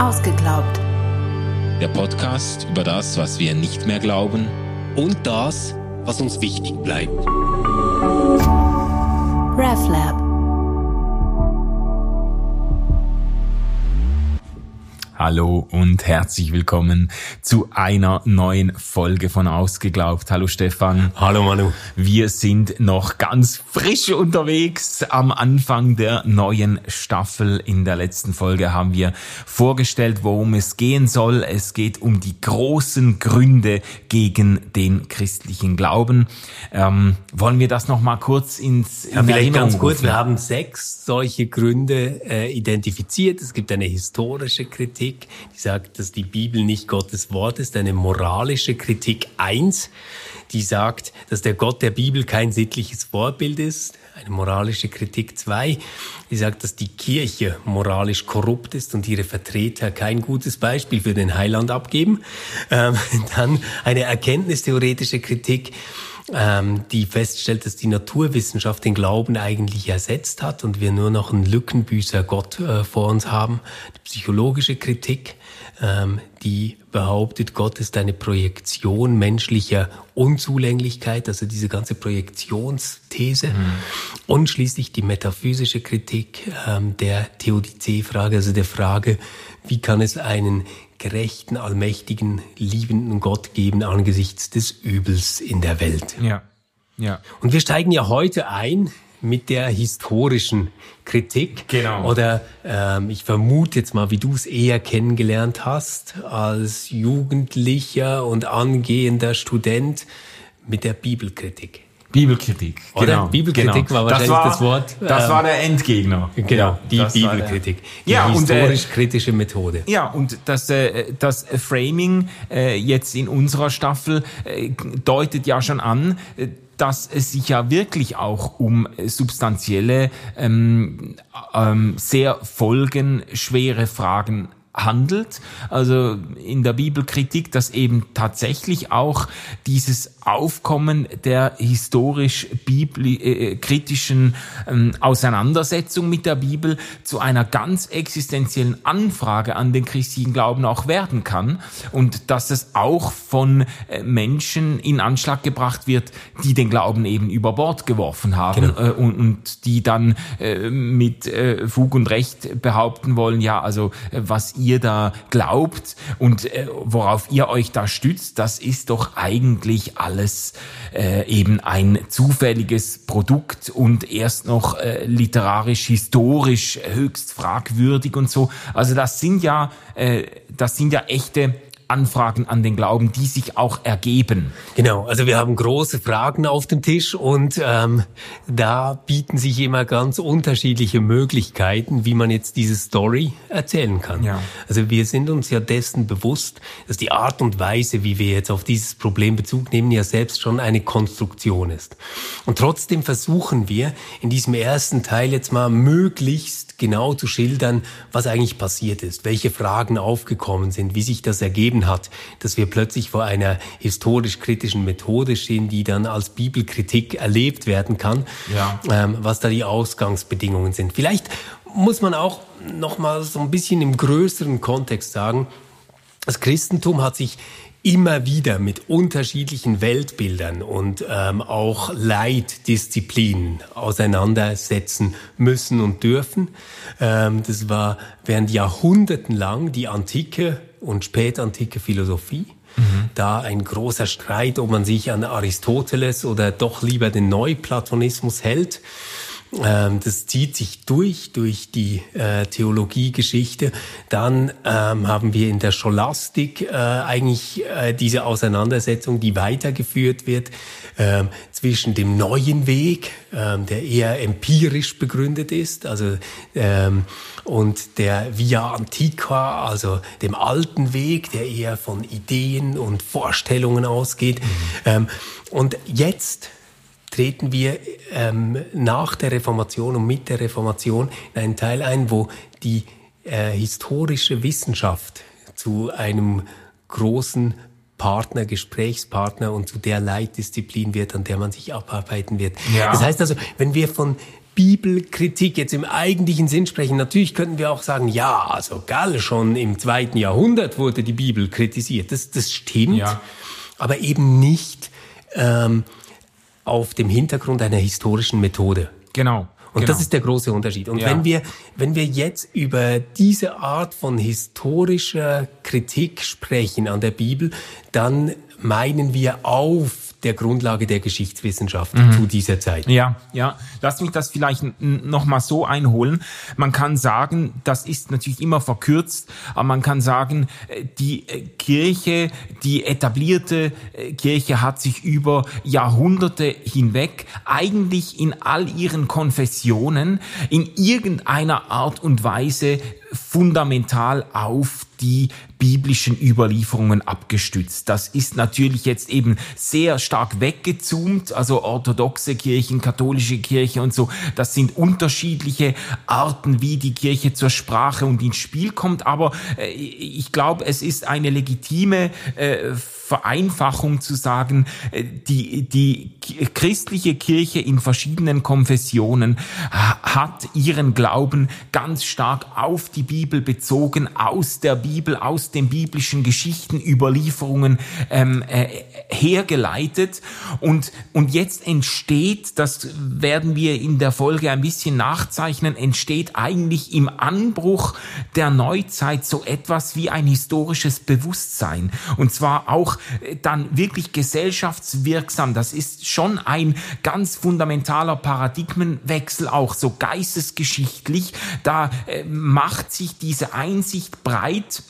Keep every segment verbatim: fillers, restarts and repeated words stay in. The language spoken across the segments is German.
Ausgeglaubt. Der Podcast über das, was wir nicht mehr glauben und das, was uns wichtig bleibt. RefLab. Hallo und herzlich willkommen zu einer neuen Folge von Ausgeglaubt. Hallo Stefan. Hallo Manu. Wir sind noch ganz frisch unterwegs am Anfang der neuen Staffel. In der letzten Folge haben wir vorgestellt, worum es gehen soll. Es geht um die großen Gründe gegen den christlichen Glauben. Ähm, wollen wir das noch mal kurz ins in ja, vielleicht Erinnerung ganz kurz. rufen? Wir haben sechs solche Gründe äh, identifiziert. Es gibt eine historische Kritik, die sagt, dass die Bibel nicht Gottes Wort ist. Eine moralische Kritik eins, die sagt, dass der Gott der Bibel kein sittliches Vorbild ist. Eine moralische Kritik zwei, die sagt, dass die Kirche moralisch korrupt ist und ihre Vertreter kein gutes Beispiel für den Heiland abgeben. Ähm, dann eine erkenntnistheoretische Kritik, ähm, die feststellt, dass die Naturwissenschaft den Glauben eigentlich ersetzt hat und wir nur noch einen Lückenbüßer Gott äh, vor uns haben. Die psychologische Kritik, ähm, die behauptet, Gott ist eine Projektion menschlicher Unzulänglichkeit, also diese ganze Projektionsthese. Mhm. Und schließlich die metaphysische Kritik ähm, der Theodizee-Frage, also der Frage, wie kann es einen gerechten, allmächtigen, liebenden Gott geben angesichts des Übels in der Welt. Ja, ja. Und wir steigen ja heute ein mit der historischen Kritik. Genau. Oder ähm, ich vermute jetzt mal, wie du es eher kennengelernt hast, als Jugendlicher und angehender Student mit der Bibelkritik. Bibelkritik, Oder? genau. Bibelkritik genau. war wahrscheinlich das, war, das Wort. Das ähm, war der Endgegner. Genau, ja, die Bibelkritik. Die ja, historisch-kritische Methode. Ja, und das, äh, das Framing äh, jetzt in unserer Staffel äh, deutet ja schon an, äh, dass es sich ja wirklich auch um substanzielle, ähm, ähm, sehr folgenschwere Fragen handelt. Also in der Bibelkritik, dass eben tatsächlich auch dieses Aufkommen der historisch-kritischen ähm, Auseinandersetzung mit der Bibel zu einer ganz existenziellen Anfrage an den christlichen Glauben auch werden kann und dass es auch von äh, Menschen in Anschlag gebracht wird, die den Glauben eben über Bord geworfen haben. Genau. äh, und, und die dann äh, mit äh, Fug und Recht behaupten wollen, ja, also äh, was ihr da glaubt und äh, worauf ihr euch da stützt, das ist doch eigentlich alles äh, eben ein zufälliges Produkt und erst noch äh, literarisch, historisch höchst fragwürdig und so. Also das sind ja, äh, das sind ja echte Anfragen an den Glauben, die sich auch ergeben. Genau, also wir haben große Fragen auf dem Tisch und ähm, da bieten sich immer ganz unterschiedliche Möglichkeiten, wie man jetzt diese Story erzählen kann. Ja. Also wir sind uns ja dessen bewusst, dass die Art und Weise, wie wir jetzt auf dieses Problem Bezug nehmen, ja selbst schon eine Konstruktion ist. Und trotzdem versuchen wir in diesem ersten Teil jetzt mal möglichst genau zu schildern, was eigentlich passiert ist, welche Fragen aufgekommen sind, wie sich das ergeben hat, dass wir plötzlich vor einer historisch-kritischen Methode stehen, die dann als Bibelkritik erlebt werden kann, ja. ähm, was da die Ausgangsbedingungen sind. Vielleicht muss man auch noch mal so ein bisschen im größeren Kontext sagen, das Christentum hat sich immer wieder mit unterschiedlichen Weltbildern und ähm, auch Leitdisziplinen auseinandersetzen müssen und dürfen. Ähm, das war während Jahrhunderten lang die antike und spätantike Philosophie. Mhm. Da ein großer Streit, ob man sich an Aristoteles oder doch lieber den Neuplatonismus hält. Das zieht sich durch, durch die äh, Theologiegeschichte. Dann ähm, haben wir in der Scholastik äh, eigentlich äh, diese Auseinandersetzung, die weitergeführt wird ähm, zwischen dem neuen Weg, ähm, der eher empirisch begründet ist, also ähm, und der Via Antiqua, also dem alten Weg, der eher von Ideen und Vorstellungen ausgeht. Mhm. Ähm, und jetzt treten wir ähm, nach der Reformation und mit der Reformation in einen Teil ein, wo die äh, historische Wissenschaft zu einem großen Partner, Gesprächspartner und zu der Leitdisziplin wird, an der man sich abarbeiten wird. Ja. Das heißt also, wenn wir von Bibelkritik jetzt im eigentlichen Sinn sprechen. Natürlich könnten wir auch sagen, ja, also Gall, schon im zweiten Jahrhundert wurde die Bibel kritisiert. Das, das stimmt, ja. Aber eben nicht ähm, auf dem Hintergrund einer historischen Methode. Genau. Und genau. das ist der große Unterschied. Und ja. wenn wir, wenn wir jetzt über diese Art von historischer Kritik sprechen an der Bibel, dann meinen wir auf der Grundlage der Geschichtswissenschaft mhm. zu dieser Zeit. Ja, ja. Lass mich das vielleicht noch mal so einholen. Man kann sagen, das ist natürlich immer verkürzt, aber man kann sagen, die Kirche, die etablierte Kirche hat sich über Jahrhunderte hinweg eigentlich in all ihren Konfessionen in irgendeiner Art und Weise fundamental auf die biblischen Überlieferungen abgestützt. Das ist natürlich jetzt eben sehr stark weggezoomt, also orthodoxe Kirchen, katholische Kirche und so. Das sind unterschiedliche Arten, wie die Kirche zur Sprache und ins Spiel kommt. Aber äh, ich glaube, es ist eine legitime äh, Vereinfachung zu sagen, die, die christliche Kirche in verschiedenen Konfessionen hat ihren Glauben ganz stark auf die Bibel bezogen, aus der Bibel, aus den biblischen Geschichten, Überlieferungen ähm, äh, hergeleitet. Und, und jetzt entsteht, das werden wir in der Folge ein bisschen nachzeichnen, entsteht eigentlich im Anbruch der Neuzeit so etwas wie ein historisches Bewusstsein. Und zwar auch dann wirklich gesellschaftswirksam. Das ist schon ein ganz fundamentaler Paradigmenwechsel, auch so geistesgeschichtlich. Da äh, macht sich diese Einsicht breit,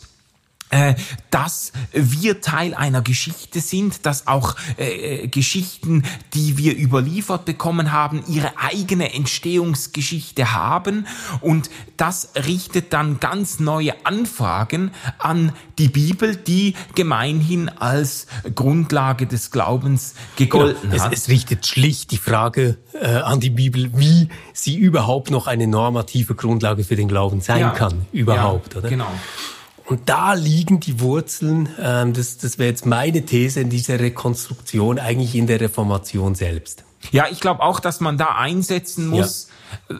dass wir Teil einer Geschichte sind, dass auch äh, Geschichten, die wir überliefert bekommen haben, ihre eigene Entstehungsgeschichte haben, und das richtet dann ganz neue Anfragen an die Bibel, die gemeinhin als Grundlage des Glaubens gegolten genau. hat. Es, es richtet schlicht die Frage äh, an die Bibel, wie sie überhaupt noch eine normative Grundlage für den Glauben sein ja. kann, überhaupt, ja, oder? Genau. Und da liegen die Wurzeln, ähm, das, das wäre jetzt meine These in dieser Rekonstruktion, eigentlich in der Reformation selbst. Ja, ich glaube auch, dass man da einsetzen muss, ja.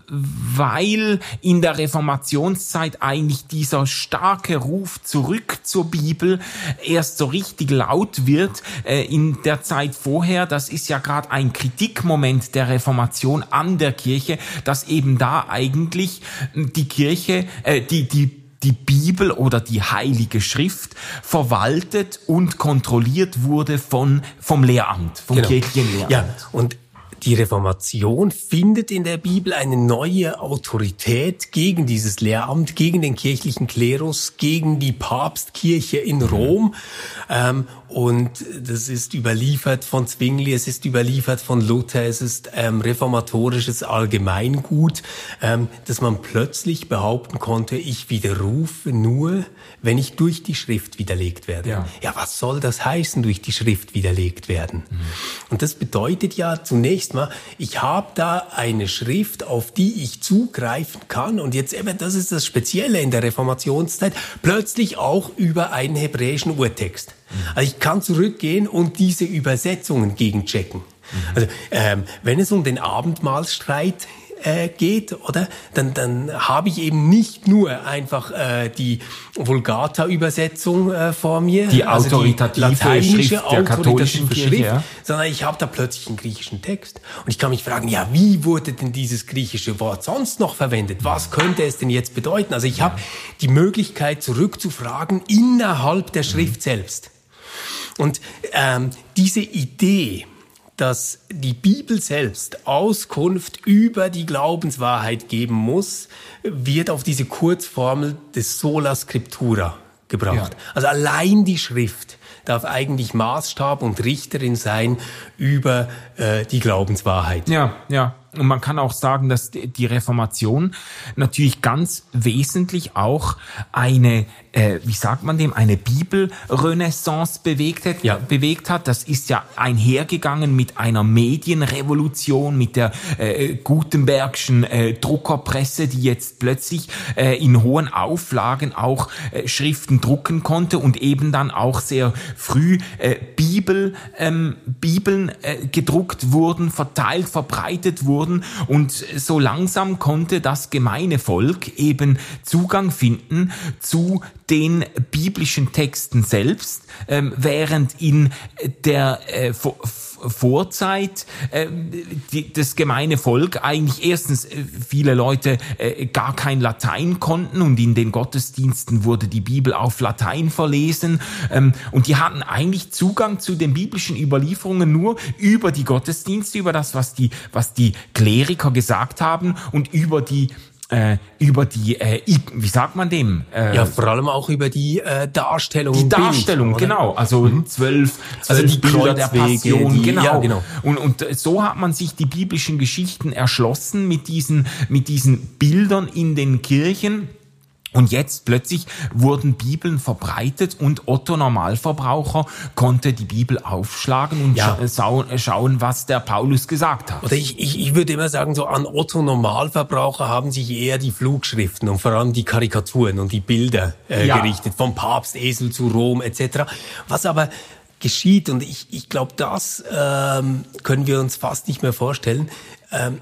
weil in der Reformationszeit eigentlich dieser starke Ruf zurück zur Bibel erst so richtig laut wird. Äh, in der Zeit vorher, das ist ja gerade ein Kritikmoment der Reformation an der Kirche, dass eben da eigentlich die Kirche, äh, die die die Bibel oder die Heilige Schrift verwaltet und kontrolliert wurde von, vom Lehramt, vom genau. kirchlichen Lehramt. Ja, und die Reformation findet in der Bibel eine neue Autorität gegen dieses Lehramt, gegen den kirchlichen Klerus, gegen die Papstkirche in Rom. Ähm, und das ist überliefert von Zwingli, es ist überliefert von Luther, es ist ähm, reformatorisches Allgemeingut, ähm, dass man plötzlich behaupten konnte, ich widerrufe nur, wenn ich durch die Schrift widerlegt werde. Ja, ja, was soll das heißen, durch die Schrift widerlegt werden? Mhm. Und das bedeutet ja zunächst mal, ich habe da eine Schrift, auf die ich zugreifen kann, und jetzt eben, das ist das Spezielle in der Reformationszeit, plötzlich auch über einen hebräischen Urtext. Also ich kann zurückgehen und diese Übersetzungen gegenchecken. Mhm. Also ähm, wenn es um den Abendmahlstreit äh, geht, oder? Dann, dann habe ich eben nicht nur einfach äh, die Vulgata-Übersetzung äh, vor mir, die autoritative also die lateinische Schrift der katholischen Schrift, Kirche, ja. sondern ich habe da plötzlich einen griechischen Text. Und ich kann mich fragen, ja, wie wurde denn dieses griechische Wort sonst noch verwendet? Was könnte es denn jetzt bedeuten? Also ich habe die Möglichkeit, zurückzufragen innerhalb der Schrift selbst. Und ähm, diese Idee, dass die Bibel selbst Auskunft über die Glaubenswahrheit geben muss, wird auf diese Kurzformel des Sola Scriptura gebracht. Ja. Also allein die Schrift darf eigentlich Maßstab und Richterin sein über äh, die Glaubenswahrheit. Ja, ja. Und man kann auch sagen, dass die Reformation natürlich ganz wesentlich auch eine, äh, wie sagt man dem, eine Bibelrenaissance bewegt hat, ja. bewegt hat. Das ist ja einhergegangen mit einer Medienrevolution, mit der äh, Gutenbergschen äh, Druckerpresse, die jetzt plötzlich äh, in hohen Auflagen auch äh, Schriften drucken konnte und eben dann auch sehr früh äh, Bibel Bibel, ähm, Bibeln äh, gedruckt wurden, verteilt, verbreitet wurden und so langsam konnte das gemeine Volk eben Zugang finden zu den biblischen Texten selbst, ähm, während in der äh, vor, Vorzeit äh, die, das gemeine Volk eigentlich erstens äh, viele Leute äh, gar kein Latein konnten und in den Gottesdiensten wurde die Bibel auf Latein verlesen ähm, und die hatten eigentlich Zugang zu den biblischen Überlieferungen nur über die Gottesdienste, über das, was die, was die Kleriker gesagt haben und über die Äh, über die, äh, wie sagt man dem? Äh, ja, vor allem auch über die äh, Darstellung. Die Darstellung, Bild, genau. Also mhm. zwölf, zwölf also die Bilder der Passion, die, genau. Ja, genau. Und, und so hat man sich die biblischen Geschichten erschlossen mit diesen, mit diesen Bildern in den Kirchen. Und jetzt plötzlich wurden Bibeln verbreitet und Otto Normalverbraucher konnte die Bibel aufschlagen und ja. scha- schauen, was der Paulus gesagt hat. Oder ich, ich, ich würde immer sagen, so an Otto Normalverbraucher haben sich eher die Flugschriften und vor allem die Karikaturen und die Bilder äh, ja. gerichtet, vom Papst, Esel zu Rom et cetera. Was aber geschieht, und ich, ich glaube, das ähm, können wir uns fast nicht mehr vorstellen, ähm,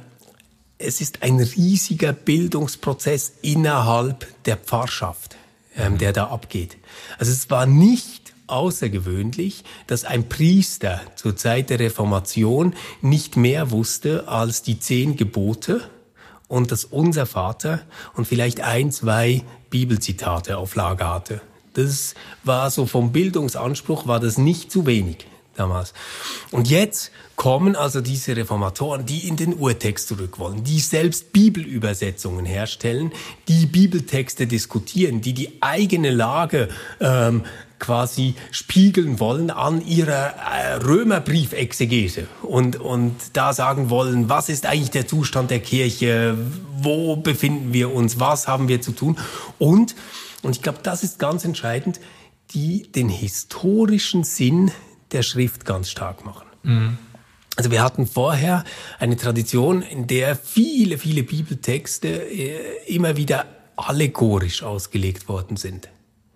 es ist ein riesiger Bildungsprozess innerhalb der Pfarrschaft, ähm, der da abgeht. Also es war nicht außergewöhnlich, dass ein Priester zur Zeit der Reformation nicht mehr wusste als die zehn Gebote und das Unser Vater und vielleicht ein, zwei Bibelzitate auf Lager hatte. Das war so vom Bildungsanspruch war das nicht zu wenig damals. Und jetzt kommen also diese Reformatoren, die in den Urtext zurück wollen, die selbst Bibelübersetzungen herstellen, die Bibeltexte diskutieren, die die eigene Lage ähm, quasi spiegeln wollen an ihrer äh, Römerbriefexegese und und da sagen wollen, was ist eigentlich der Zustand der Kirche, wo befinden wir uns, was haben wir zu tun und und ich glaube, das ist ganz entscheidend, die den historischen Sinn der Schrift ganz stark machen. Mhm. Also wir hatten vorher eine Tradition, in der viele, viele Bibeltexte äh, immer wieder allegorisch ausgelegt worden sind.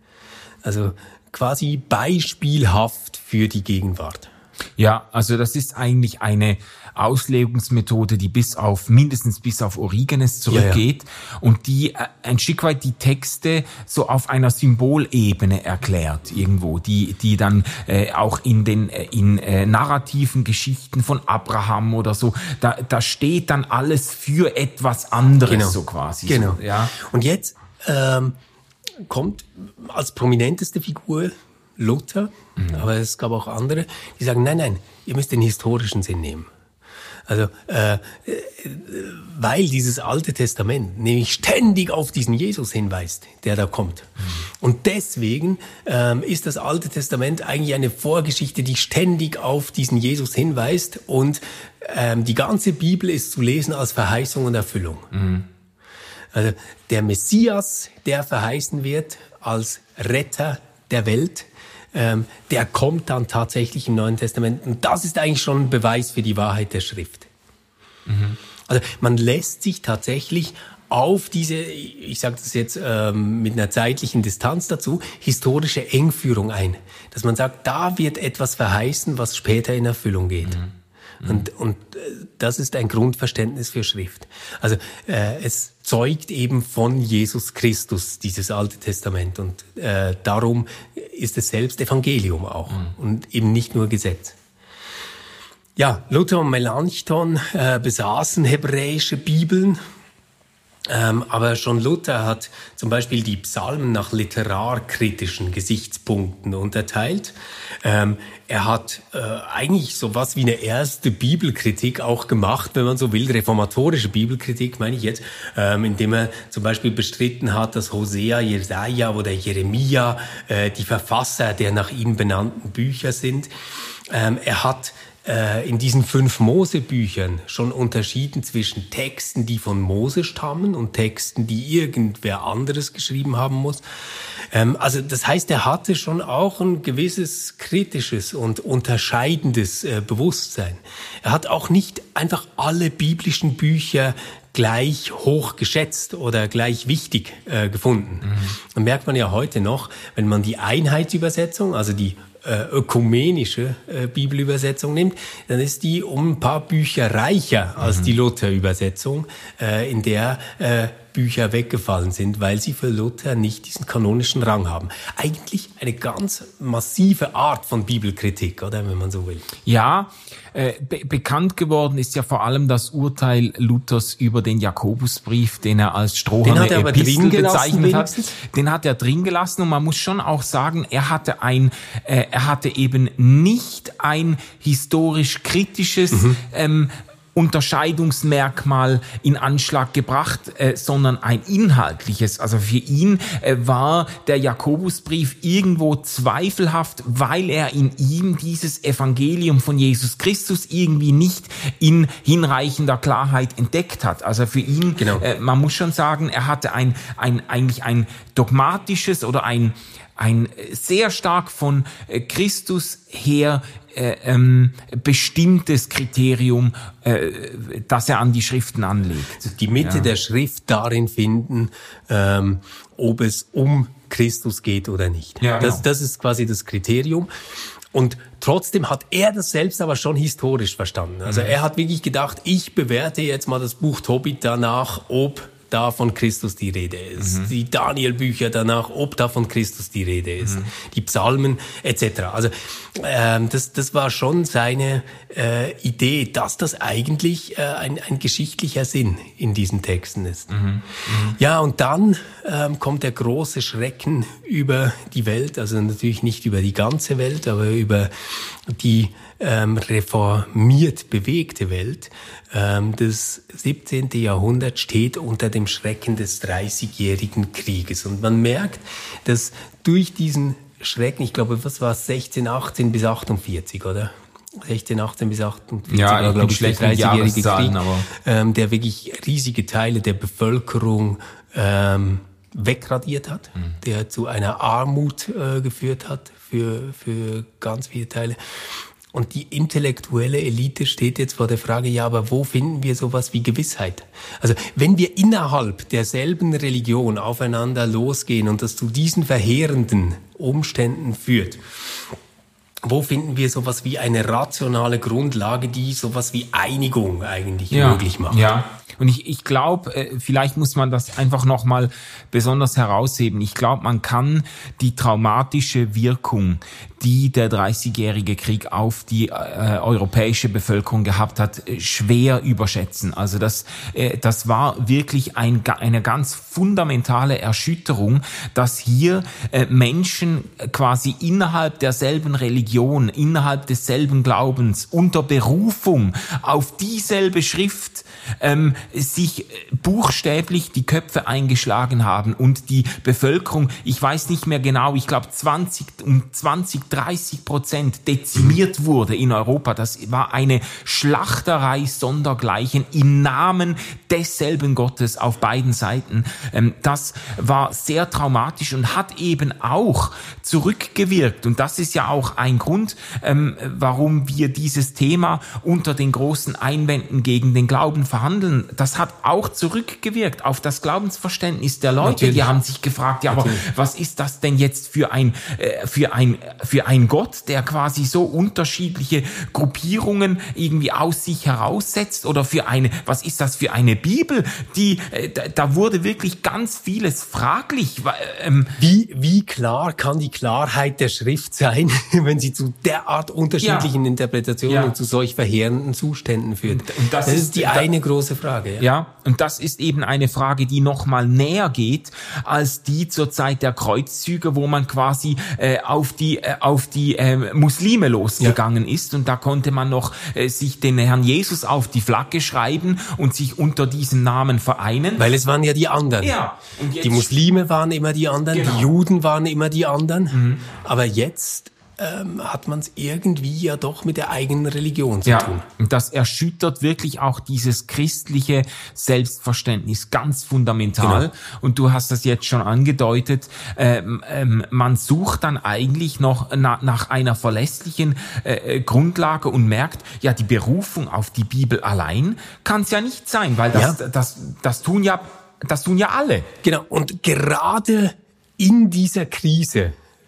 Also quasi beispielhaft für die Gegenwart. Ja, also das ist eigentlich eine Auslegungsmethode, die bis auf, mindestens bis auf Origenes zurückgeht, ja, ja. und die äh, ein Stück weit die Texte so auf einer Symbolebene erklärt irgendwo, die die dann äh, auch in den äh, in äh, narrativen Geschichten von Abraham oder so, da da steht dann alles für etwas anderes, genau. so quasi. Genau. So, ja. Und jetzt ähm, kommt als prominenteste Figur Luther, mhm. aber es gab auch andere, die sagen, nein, nein, ihr müsst den historischen Sinn nehmen. Also, äh, weil dieses Alte Testament nämlich ständig auf diesen Jesus hinweist, der da kommt. Mhm. Und deswegen ähm, ist das Alte Testament eigentlich eine Vorgeschichte, die ständig auf diesen Jesus hinweist und ähm, die ganze Bibel ist zu lesen als Verheißung und Erfüllung. Mhm. Also der Messias, der verheißen wird als Retter der Welt, ähm, der kommt dann tatsächlich im Neuen Testament. Und das ist eigentlich schon ein Beweis für die Wahrheit der Schrift. Mhm. Also man lässt sich tatsächlich auf diese, ich sage das jetzt ähm, mit einer zeitlichen Distanz dazu, historische Engführung ein. Dass man sagt, da wird etwas verheißen, was später in Erfüllung geht. Mhm. Und, und das ist ein Grundverständnis für Schrift. Also äh, es zeugt eben von Jesus Christus, dieses Alte Testament. Und äh, darum ist es selbst Evangelium auch mhm. und eben nicht nur Gesetz. Ja, Luther und Melanchthon äh, besaßen hebräische Bibeln. Ähm, aber schon Luther hat zum Beispiel die Psalmen nach literarkritischen Gesichtspunkten unterteilt. Ähm, er hat äh, eigentlich sowas wie eine erste Bibelkritik auch gemacht, wenn man so will, reformatorische Bibelkritik meine ich jetzt, ähm, indem er zum Beispiel bestritten hat, dass Hosea, Jesaja oder Jeremia äh, die Verfasser der nach ihnen benannten Bücher sind. Ähm, er hat in diesen fünf Mose-Büchern schon unterschieden zwischen Texten, die von Mose stammen und Texten, die irgendwer anderes geschrieben haben muss. Also das heißt, er hatte schon auch ein gewisses kritisches und unterscheidendes Bewusstsein. Er hat auch nicht einfach alle biblischen Bücher gleich hoch geschätzt oder gleich wichtig äh, gefunden. Mhm. Das merkt man ja heute noch, wenn man die Einheitsübersetzung, also die äh, ökumenische äh, Bibelübersetzung nimmt, dann ist die um ein paar Bücher reicher als mhm. die Luther-Übersetzung, äh, in der äh, Bücher weggefallen sind, weil sie für Luther nicht diesen kanonischen Rang haben. Eigentlich eine ganz massive Art von Bibelkritik, oder, wenn man so will. Ja, äh, be- bekannt geworden ist ja vor allem das Urteil Luthers über den Jakobusbrief, den er als stroherne Epistel bezeichnet hat. Den hat er drin gelassen, und man muss schon auch sagen, er hatte ein, äh, er hatte eben nicht ein historisch kritisches mhm. ähm, Unterscheidungsmerkmal in Anschlag gebracht, äh, sondern ein inhaltliches. Also für ihn äh, war der Jakobusbrief irgendwo zweifelhaft, weil er in ihm dieses Evangelium von Jesus Christus irgendwie nicht in hinreichender Klarheit entdeckt hat. Also für ihn, genau. äh, man muss schon sagen, er hatte ein, ein eigentlich ein dogmatisches oder ein ein sehr stark von Christus her äh, ähm, bestimmtes Kriterium, äh, das er an die Schriften anlegt. Die Mitte ja. der Schrift darin finden, ähm, ob es um Christus geht oder nicht. Ja, genau. das, das ist quasi das Kriterium. Und trotzdem hat er das selbst aber schon historisch verstanden. Also mhm. er hat wirklich gedacht, ich bewerte jetzt mal das Buch Tobit danach, ob da von Christus die Rede ist. Mhm. Die Daniel-Bücher danach, ob da von Christus die Rede ist. Mhm. Die Psalmen et cetera. Also ähm, das, das war schon seine äh, Idee, dass das eigentlich äh, ein, ein geschichtlicher Sinn in diesen Texten ist. Mhm. Mhm. Ja, und dann ähm, kommt der große Schrecken über die Welt, also natürlich nicht über die ganze Welt, aber über die ähm, reformiert bewegte Welt. Ähm, das siebzehnte. Jahrhundert steht unter dem Schrecken des Dreißigjährigen Krieges. Und man merkt, dass durch diesen Schrecken, ich glaube, was war es, sechzehn, achtzehn bis achtundvierzig, oder? sechzehn, achtzehn bis achtundvierzig ja, war, glaube ich, der dreißigjährige Krieg, aber ähm, der wirklich riesige Teile der Bevölkerung ähm, wegradiert hat, mhm. der zu einer Armut äh, geführt hat für, für ganz viele Teile. Und die intellektuelle Elite steht jetzt vor der Frage, ja, aber wo finden wir sowas wie Gewissheit? Also wenn wir innerhalb derselben Religion aufeinander losgehen und das zu diesen verheerenden Umständen führt, wo finden wir sowas wie eine rationale Grundlage, die sowas wie Einigung eigentlich ja, möglich macht? Ja. Und ich, ich glaube, vielleicht muss man das einfach nochmal besonders herausheben. Ich glaube, man kann die traumatische Wirkung, die der dreißigjährige Krieg auf die äh, europäische Bevölkerung gehabt hat, schwer überschätzen. Also das, äh, das war wirklich ein, eine ganz fundamentale Erschütterung, dass hier äh, Menschen quasi innerhalb derselben Religion, innerhalb desselben Glaubens, unter Berufung auf dieselbe Schrift ähm, sich buchstäblich die Köpfe eingeschlagen haben und die Bevölkerung, ich weiß nicht mehr genau, ich glaube zwanzig, um zwanzig, dreißig Prozent dezimiert wurde in Europa. Das war eine Schlachterei sondergleichen im Namen desselben Gottes auf beiden Seiten. Ähm, das war sehr traumatisch und hat eben auch zurückgewirkt. Und das ist ja auch ein Grund, ähm, warum wir dieses Thema unter den großen Einwänden gegen den Glauben verhandeln. Das hat auch zurückgewirkt auf das Glaubensverständnis der Leute. Natürlich. Die haben sich gefragt, ja, aber Natürlich. was ist das denn jetzt für ein, äh, für ein, für ein Gott, der quasi so unterschiedliche Gruppierungen irgendwie aus sich heraussetzt, oder für eine, was ist das für eine Bibel, die, äh, da, da wurde wirklich ganz vieles fraglich. Ähm, wie, wie klar kann die Klarheit der Schrift sein, wenn sie zu derart unterschiedlichen ja. Interpretationen ja. und zu solch verheerenden Zuständen führt? Und, und das, das ist die da, eine große Frage. Ja. ja, und das ist eben eine Frage, die noch mal näher geht als die zur Zeit der Kreuzzüge, wo man quasi äh, auf die äh, auf die äh, Muslime losgegangen ja. ist, und da konnte man noch äh, sich den Herrn Jesus auf die Flagge schreiben und sich unter diesem Namen vereinen. Weil es waren ja die anderen. Ja. Und jetzt, die Muslime waren immer die anderen, genau. die Juden waren immer die anderen. Mhm. Aber jetzt ähm, hat man es irgendwie ja doch mit der eigenen Religion zu ja, tun. Und das erschüttert wirklich auch dieses christliche Selbstverständnis ganz fundamental. Genau. Und du hast das jetzt schon angedeutet, ähm, ähm, man sucht dann eigentlich noch na, nach einer verlässlichen äh, Grundlage und merkt, ja, die Berufung auf die Bibel allein kann es ja nicht sein, weil das, ja. das, das tun ja, das tun ja alle. Genau. Und gerade in dieser Krise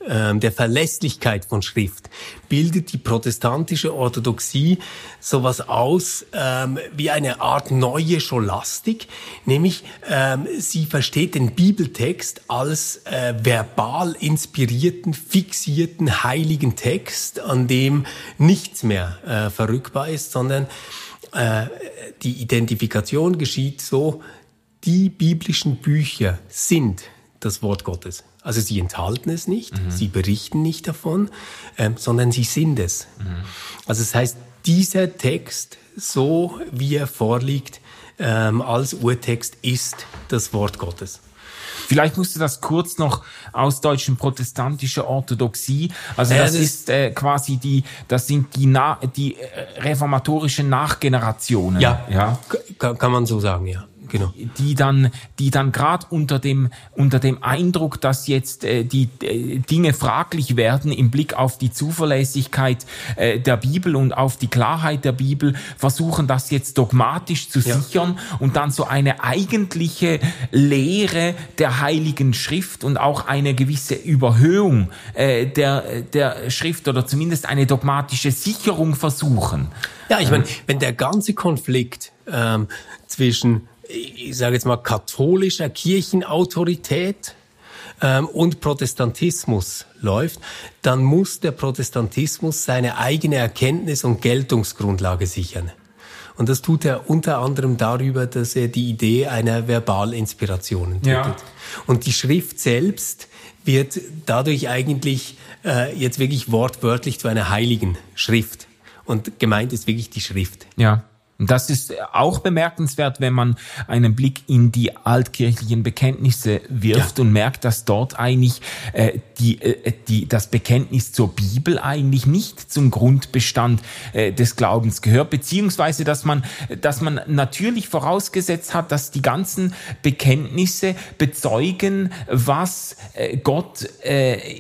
ähm, der Verlässlichkeit von Schrift, bildet die protestantische Orthodoxie sowas aus ähm, wie eine Art neue Scholastik, nämlich ähm, sie versteht den Bibeltext als äh, verbal inspirierten, fixierten, heiligen Text, an dem nichts mehr äh, verrückbar ist, sondern äh, die Identifikation geschieht so: Die biblischen Bücher sind das Wort Gottes. Also sie enthalten es nicht, mhm. sie berichten nicht davon, ähm, sondern sie sind es. Mhm. Also das heißt, dieser Text, so wie er vorliegt, ähm, als Urtext, ist das Wort Gottes. Vielleicht musst du das kurz noch ausdeutschen: protestantische Orthodoxie. Also das, ja, das ist äh, quasi die, das sind die, Na- die äh, reformatorischen Nachgenerationen. Ja, ja? K- kann man so sagen, ja. Genau. Die dann, die dann gerade unter dem unter dem Eindruck, dass jetzt äh, die äh, Dinge fraglich werden im Blick auf die Zuverlässigkeit äh, der Bibel und auf die Klarheit der Bibel, versuchen das jetzt dogmatisch zu ja. sichern und dann so eine eigentliche Lehre der Heiligen Schrift und auch eine gewisse Überhöhung äh, der der Schrift oder zumindest eine dogmatische Sicherung versuchen. Ja, ich meine, wenn der ganze Konflikt ähm, zwischen, ich sage jetzt mal, katholischer Kirchenautorität ähm, und Protestantismus läuft, dann muss der Protestantismus seine eigene Erkenntnis und Geltungsgrundlage sichern. Und das tut er unter anderem darüber, dass er die Idee einer Verbalinspiration entwickelt. Ja. Und die Schrift selbst wird dadurch eigentlich äh, jetzt wirklich wortwörtlich zu einer heiligen Schrift. Und gemeint ist wirklich die Schrift. Ja. Und das ist auch bemerkenswert, wenn man einen Blick in die altkirchlichen Bekenntnisse wirft, ja, und merkt, dass dort eigentlich äh, die, äh, die, das Bekenntnis zur Bibel eigentlich nicht zum Grundbestand äh, des Glaubens gehört, beziehungsweise dass man, dass man natürlich vorausgesetzt hat, dass die ganzen Bekenntnisse bezeugen, was äh, Gott äh,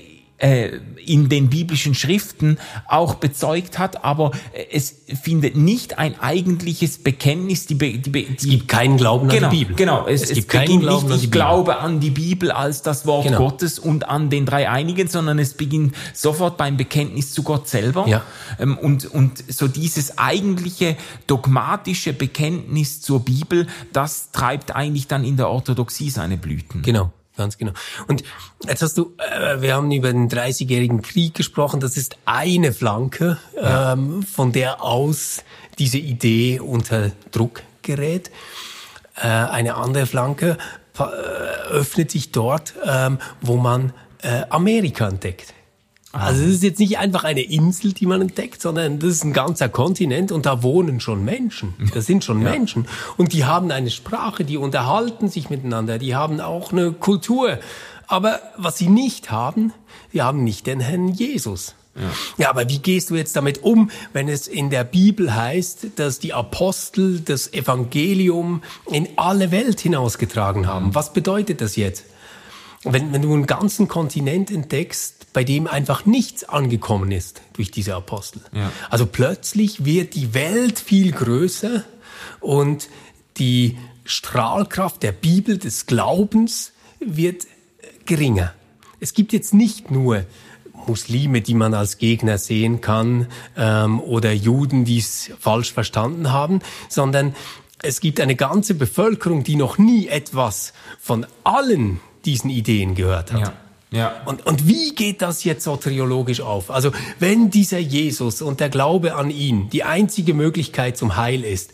in den biblischen Schriften auch bezeugt hat, aber es findet nicht ein eigentliches Bekenntnis. Die, die, die, es gibt keinen Glauben genau, an die Bibel. Genau, es, es es gibt beginnt keinen Glauben nicht, an ich die Bibel. glaube an die Bibel als das Wort genau. Gottes und an den Dreieinigen, sondern es beginnt sofort beim Bekenntnis zu Gott selber. Ja. Und, und so dieses eigentliche dogmatische Bekenntnis zur Bibel, das treibt eigentlich dann in der Orthodoxie seine Blüten. Genau. Ganz genau. Und jetzt hast du, äh, wir haben über den dreißigjährigen Krieg gesprochen. Das ist eine Flanke, ja, ähm, von der aus diese Idee unter Druck gerät. Äh, eine andere Flanke äh, öffnet sich dort, ähm, wo man äh, Amerika entdeckt. Also es ist jetzt nicht einfach eine Insel, die man entdeckt, sondern das ist ein ganzer Kontinent und da wohnen schon Menschen. Das sind schon ja. Menschen. Und die haben eine Sprache, die unterhalten sich miteinander, die haben auch eine Kultur. Aber was sie nicht haben, sie haben nicht den Herrn Jesus. Ja. ja, aber wie gehst du jetzt damit um, wenn es in der Bibel heißt, dass die Apostel das Evangelium in alle Welt hinausgetragen haben? Was bedeutet das jetzt? Wenn, wenn du einen ganzen Kontinent entdeckst, bei dem einfach nichts angekommen ist durch diese Apostel. Ja. Also plötzlich wird die Welt viel größer und die Strahlkraft der Bibel, des Glaubens, wird geringer. Es gibt jetzt nicht nur Muslime, die man als Gegner sehen kann, ähm, oder Juden, die es falsch verstanden haben, sondern es gibt eine ganze Bevölkerung, die noch nie etwas von allen diesen Ideen gehört hat. Ja. Ja. Und, und wie geht das jetzt soteriologisch auf? Also wenn dieser Jesus und der Glaube an ihn die einzige Möglichkeit zum Heil ist,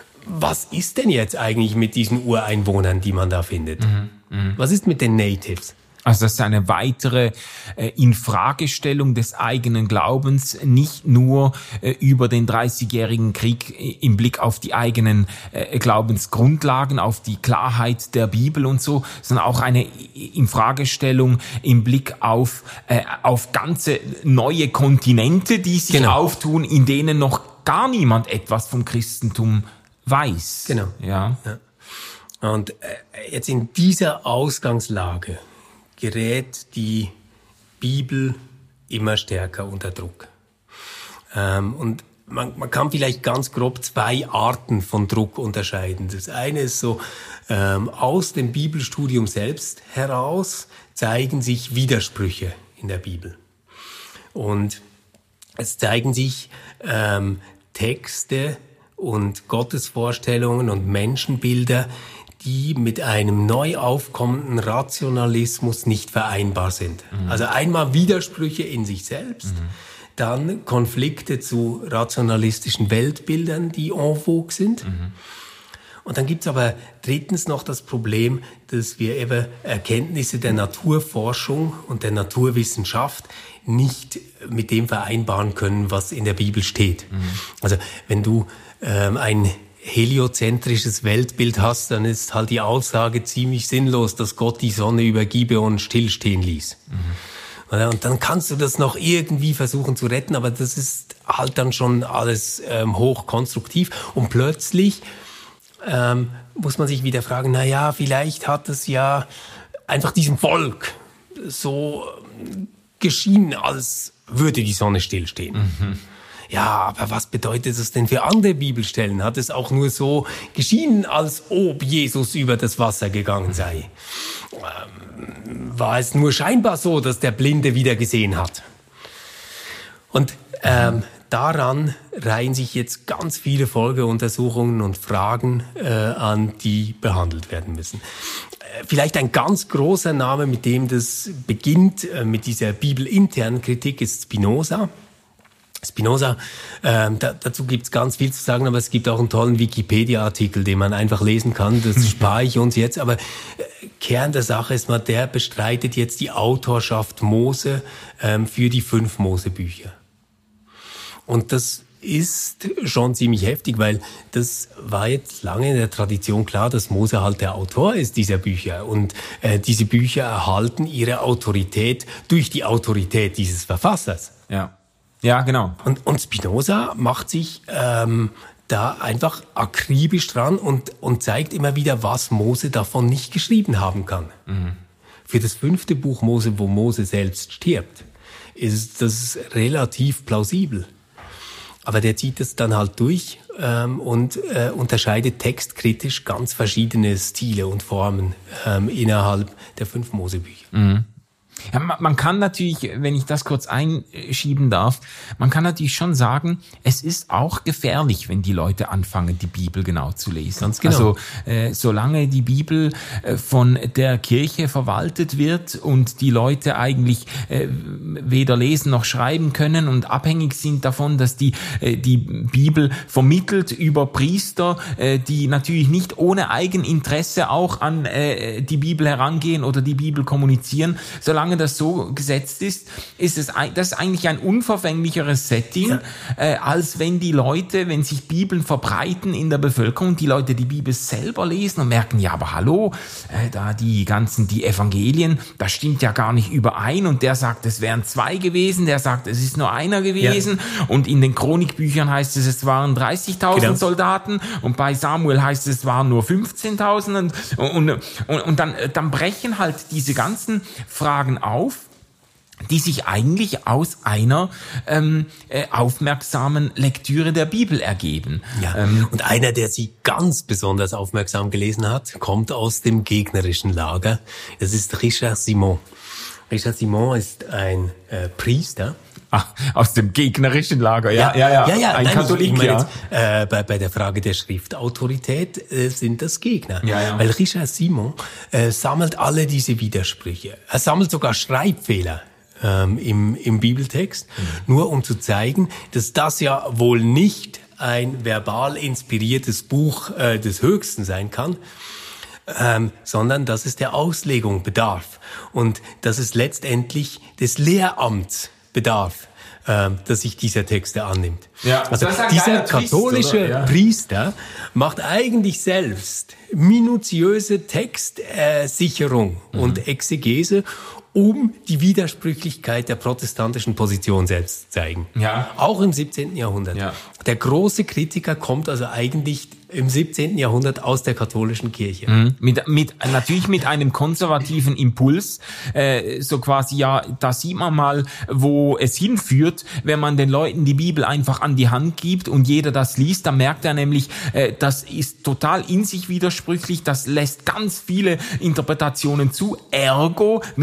was ist denn jetzt eigentlich mit diesen Ureinwohnern, die man da findet? Mhm, mh. Was ist mit den Natives? Also das ist eine weitere äh, Infragestellung des eigenen Glaubens, nicht nur äh, über den dreißigjährigen Krieg äh, im Blick auf die eigenen äh, Glaubensgrundlagen, auf die Klarheit der Bibel und so, sondern auch eine Infragestellung im Blick auf äh, auf ganze neue Kontinente, die sich genau. auftun, in denen noch gar niemand etwas vom Christentum weiß. Genau. Ja. ja. Und äh, jetzt in dieser Ausgangslage gerät die Bibel immer stärker unter Druck. Ähm, und man, man kann vielleicht ganz grob zwei Arten von Druck unterscheiden. Das eine ist so, ähm, aus dem Bibelstudium selbst heraus zeigen sich Widersprüche in in der Bibel. Und es zeigen sich ähm, Texte und Gottesvorstellungen und Menschenbilder, die mit einem neu aufkommenden Rationalismus nicht vereinbar sind. Mhm. Also einmal Widersprüche in sich selbst, mhm. dann Konflikte zu rationalistischen Weltbildern, die en vogue sind. Mhm. Und dann gibt's aber drittens noch das Problem, dass wir eben Erkenntnisse der Naturforschung und der Naturwissenschaft nicht mit dem vereinbaren können, was in der Bibel steht. Mhm. Also wenn du ähm, ein heliozentrisches Weltbild hast, dann ist halt die Aussage ziemlich sinnlos, dass Gott die Sonne über Gibeon stillstehen ließ. Mhm. Und dann kannst du das noch irgendwie versuchen zu retten, aber das ist halt dann schon alles ähm, hochkonstruktiv. Und plötzlich ähm, muss man sich wieder fragen, na ja, vielleicht hat es ja einfach diesem Volk so geschienen, als würde die Sonne stillstehen. Mhm. Ja, aber was bedeutet das denn für andere Bibelstellen? Hat es auch nur so geschienen, als ob Jesus über das Wasser gegangen sei? Ähm, war es nur scheinbar so, dass der Blinde wieder gesehen hat? Und ähm, daran reihen sich jetzt ganz viele Folgeuntersuchungen und Fragen äh, an, die behandelt werden müssen. Äh, vielleicht ein ganz großer Name, mit dem das beginnt, äh, mit dieser bibelinternen Kritik, ist Spinoza. Spinoza, äh, da, dazu gibt's ganz viel zu sagen, aber es gibt auch einen tollen Wikipedia-Artikel, den man einfach lesen kann. Das spare ich uns jetzt. Aber äh, Kern der Sache ist mal, der bestreitet jetzt die Autorschaft Mose ähm, für die fünf Mosebücher. Und das ist schon ziemlich heftig, weil das war jetzt lange in der Tradition klar, dass Mose halt der Autor ist dieser Bücher. Und äh, diese Bücher erhalten ihre Autorität durch die Autorität dieses Verfassers. Ja. Ja, genau. Und, und Spinoza macht sich ähm, da einfach akribisch dran und, und zeigt immer wieder, was Mose davon nicht geschrieben haben kann. Mhm. Für das fünfte Buch Mose, wo Mose selbst stirbt, ist das relativ plausibel. Aber der zieht es dann halt durch ähm, und äh, unterscheidet textkritisch ganz verschiedene Stile und Formen ähm, innerhalb der fünf Mosebücher. Mhm. Ja, man kann natürlich, wenn ich das kurz einschieben darf, man kann natürlich schon sagen, es ist auch gefährlich, wenn die Leute anfangen, die Bibel genau zu lesen. Ganz genau. Also äh, solange die Bibel äh, von der Kirche verwaltet wird und die Leute eigentlich äh, weder lesen noch schreiben können und abhängig sind davon, dass die äh, die Bibel vermittelt über Priester, äh, die natürlich nicht ohne Eigeninteresse auch an äh, die Bibel herangehen oder die Bibel kommunizieren, solange das so gesetzt ist, ist es das ist eigentlich ein unverfänglicheres Setting, ja. äh, als wenn die Leute, wenn sich Bibeln verbreiten in der Bevölkerung, die Leute die Bibel selber lesen und merken, ja, aber hallo, äh, da die ganzen, die Evangelien, das stimmt ja gar nicht überein und der sagt, es wären zwei gewesen, der sagt, es ist nur einer gewesen ja. und in den Chronikbüchern heißt es, es waren dreißigtausend genau. Soldaten und bei Samuel heißt es, es waren nur fünfzehntausend und, und, und, und dann, dann brechen halt diese ganzen Fragen auf, die sich eigentlich aus einer ähm, äh, aufmerksamen Lektüre der Bibel ergeben. Ja. Ähm, und einer, der sie ganz besonders aufmerksam gelesen hat, kommt aus dem gegnerischen Lager. Das ist Richard Simon. Richard Simon ist ein äh, Priester. Ach, aus dem gegnerischen Lager, ja, ja, ja, ja, ja ein nein, Katholik, ich, ich meine ja. Jetzt, äh, bei, bei der Frage der Schriftautorität äh, sind das Gegner. Ja, ja. Weil Richard Simon äh, sammelt alle diese Widersprüche. Er sammelt sogar Schreibfehler ähm, im, im Bibeltext, mhm. nur um zu zeigen, dass das ja wohl nicht ein verbal inspiriertes Buch äh, des Höchsten sein kann, ähm, sondern dass es der Auslegung bedarf und dass es letztendlich des Lehramts bedarf, äh, dass sich dieser Texte annimmt. Ja, also dieser katholische Christ, ja. Priester macht eigentlich selbst minutiöse Textsicherung äh, mhm. und Exegese, um die Widersprüchlichkeit der protestantischen Position selbst zu zeigen. Ja. Auch im siebzehnten Jahrhundert. Ja. Der große Kritiker kommt also eigentlich im siebzehnten Jahrhundert aus der katholischen Kirche. Mhm. Mit, mit, natürlich mit einem konservativen Impuls, äh, so quasi, ja, da sieht man mal, wo es hinführt, wenn man den Leuten die Bibel einfach an die Hand gibt und jeder das liest, dann merkt er nämlich, äh, das ist total in sich widersprüchlich, das lässt ganz viele Interpretationen zu, ergo müssen wir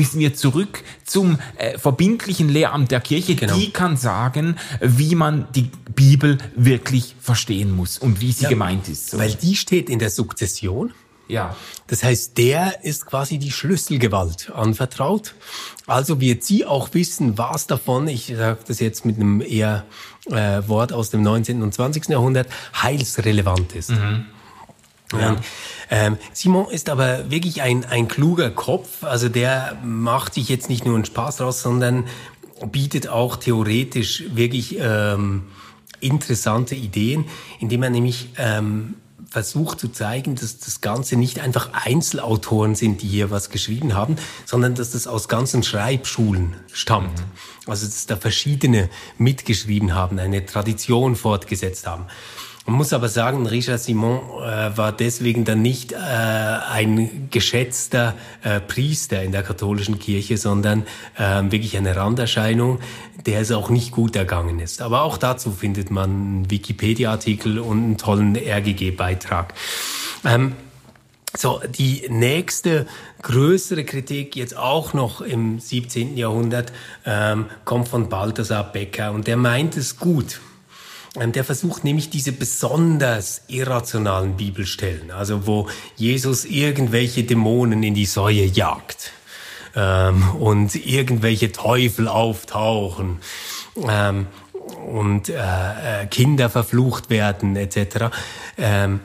zurück zum äh, verbindlichen Lehramt der Kirche. Genau. Die kann sagen, wie man die Bibel wirklich verstehen muss und wie sie ja, gemeint ist. So. Weil die steht in der Sukzession. Ja. Das heißt, der ist quasi die Schlüsselgewalt anvertraut. Also wird sie auch wissen, was davon, ich sage das jetzt mit einem eher äh, Wort aus dem neunzehnten und zwanzigsten Jahrhundert, heilsrelevant ist. Mhm. Ja. Und, ähm, Simon ist aber wirklich ein, ein kluger Kopf. Also der macht sich jetzt nicht nur einen Spaß draus, sondern bietet auch theoretisch wirklich ähm, interessante Ideen, indem er nämlich ähm, versucht zu zeigen, dass das Ganze nicht einfach Einzelautoren sind, die hier was geschrieben haben, sondern dass das aus ganzen Schreibschulen stammt. Mhm. Also dass da verschiedene mitgeschrieben haben, eine Tradition fortgesetzt haben. Man muss aber sagen, Richard Simon äh, war deswegen dann nicht äh, ein geschätzter äh, Priester in der katholischen Kirche, sondern äh, wirklich eine Randerscheinung, der es auch nicht gut ergangen ist. Aber auch dazu findet man einen Wikipedia-Artikel und einen tollen R G G-Beitrag. Ähm, so, die nächste größere Kritik, jetzt auch noch im siebzehnten Jahrhundert, ähm, kommt von Balthasar Becker und der meint es gut. Der versucht nämlich diese besonders irrationalen Bibelstellen, also wo Jesus irgendwelche Dämonen in die Säue jagt ähm, und irgendwelche Teufel auftauchen ähm, und äh, Kinder verflucht werden et cetera, ähm,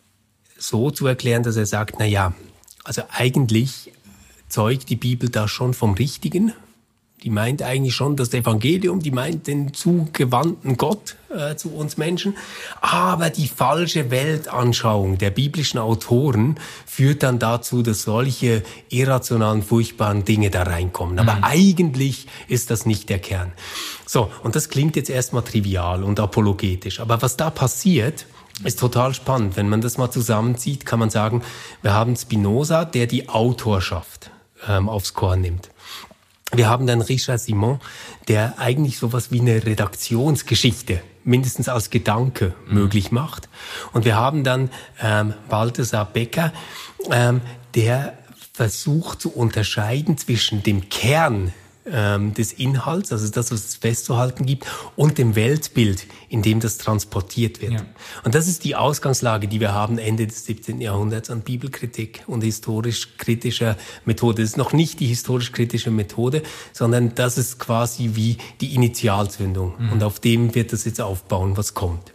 so zu erklären, dass er sagt, na ja, also eigentlich zeugt die Bibel da schon vom Richtigen. Die meint eigentlich schon das Evangelium, die meint den zugewandten Gott äh, zu uns Menschen. Aber die falsche Weltanschauung der biblischen Autoren führt dann dazu, dass solche irrationalen, furchtbaren Dinge da reinkommen. Aber mhm. eigentlich ist das nicht der Kern. So, und das klingt jetzt erstmal trivial und apologetisch. Aber was da passiert, ist total spannend. Wenn man das mal zusammenzieht, kann man sagen, wir haben Spinoza, der die Autorschaft ähm, aufs Korn nimmt. Wir haben dann Richard Simon, der eigentlich sowas wie eine Redaktionsgeschichte mindestens als Gedanke mhm. möglich macht. Und wir haben dann ähm, Balthasar Becker, ähm, der versucht zu unterscheiden zwischen dem Kern ähm, des Inhalts, also das, was es festzuhalten gibt, und dem Weltbild, in dem das transportiert wird. Ja. Und das ist die Ausgangslage, die wir haben Ende des siebzehnten Jahrhunderts an Bibelkritik und historisch-kritischer Methode. Das ist noch nicht die historisch-kritische Methode, sondern das ist quasi wie die Initialzündung. Mhm. Und auf dem wird das jetzt aufbauen, was kommt.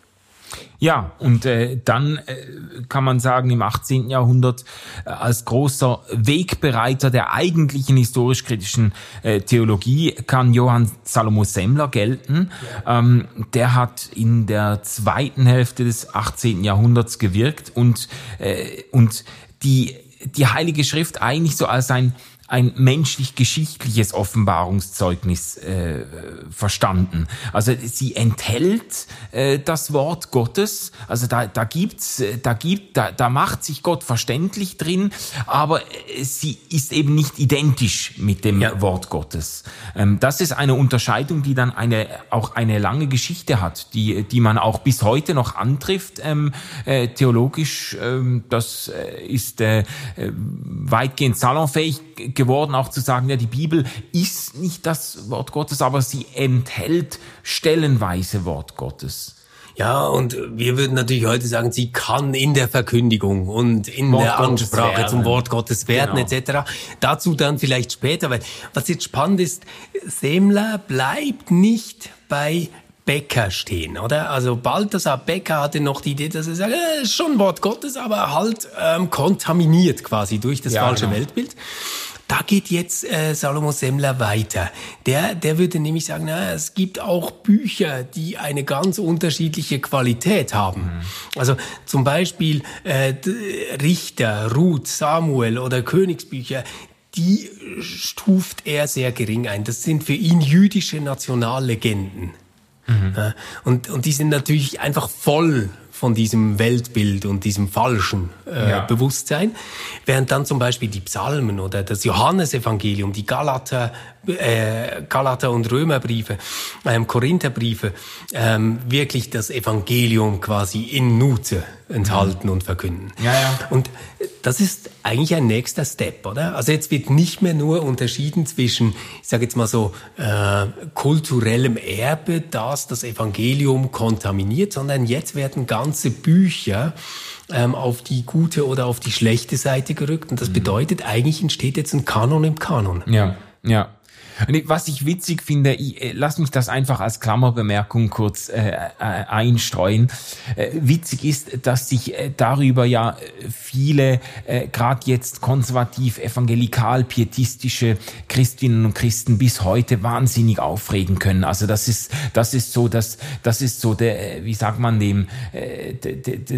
Ja, und äh, dann äh, kann man sagen, im achtzehnten Jahrhundert äh, als großer Wegbereiter der eigentlichen historisch-kritischen äh, Theologie kann Johann Salomo Semmler gelten. Ja. Ähm, der hat in der zweiten Hälfte des achtzehnten Jahrhunderts gewirkt und äh, und die die Heilige Schrift eigentlich so als ein ein menschlich-geschichtliches Offenbarungszeugnis äh, verstanden. Also sie enthält äh, das Wort Gottes, also da da gibt's, da gibt, da da macht sich Gott verständlich drin, aber äh, sie ist eben nicht identisch mit dem ja. Wort Gottes. Ähm, das ist eine Unterscheidung, die dann eine auch eine lange Geschichte hat, die die man auch bis heute noch antrifft. Ähm, äh, theologisch, ähm, das äh, ist äh, weitgehend salonfähig geworden, auch zu sagen, ja, die Bibel ist nicht das Wort Gottes, aber sie enthält stellenweise Wort Gottes. Ja, und wir würden natürlich heute sagen, sie kann in der Verkündigung und in Wort der Ansprache werden. Zum Wort Gottes werden, genau. et cetera. Dazu dann vielleicht später, weil was jetzt spannend ist, Semmler bleibt nicht bei Becker stehen, oder? Also Balthasar Becker hatte noch die Idee, dass er sagt, äh, ist schon Wort Gottes, aber halt ähm, kontaminiert quasi durch das ja, falsche genau. Weltbild. Da geht jetzt äh, Salomo Semmler weiter. Der, der würde nämlich sagen, na, es gibt auch Bücher, die eine ganz unterschiedliche Qualität haben. Mhm. Also zum Beispiel äh, Richter, Ruth, Samuel oder Königsbücher, die stuft er sehr gering ein. Das sind für ihn jüdische Nationallegenden. Mhm. Und, und die sind natürlich einfach voll von diesem Weltbild und diesem falschen äh, ja. Bewusstsein. Während dann zum Beispiel die Psalmen oder das Johannesevangelium, die Galater, äh, Galater und Römerbriefe, ähm, Korintherbriefe, ähm, wirklich das Evangelium quasi in Nutze enthalten und verkünden. Ja, ja. Und das ist eigentlich ein nächster Step, oder? Also jetzt wird nicht mehr nur unterschieden zwischen, ich sage jetzt mal so, äh, kulturellem Erbe, das das Evangelium kontaminiert, sondern jetzt werden ganze Bücher ähm, auf die gute oder auf die schlechte Seite gerückt. Und das mhm. bedeutet, eigentlich entsteht jetzt ein Kanon im Kanon. Ja, ja. Und was ich witzig finde, ich, äh, lass mich das einfach als Klammerbemerkung kurz äh, äh, einstreuen. Äh, witzig ist, dass sich äh, darüber ja viele, äh, gerade jetzt konservativ, evangelikal, pietistische Christinnen und Christen bis heute wahnsinnig aufregen können. Also das ist, das ist so, das, das ist so der, wie sagt man dem, äh, de, de, de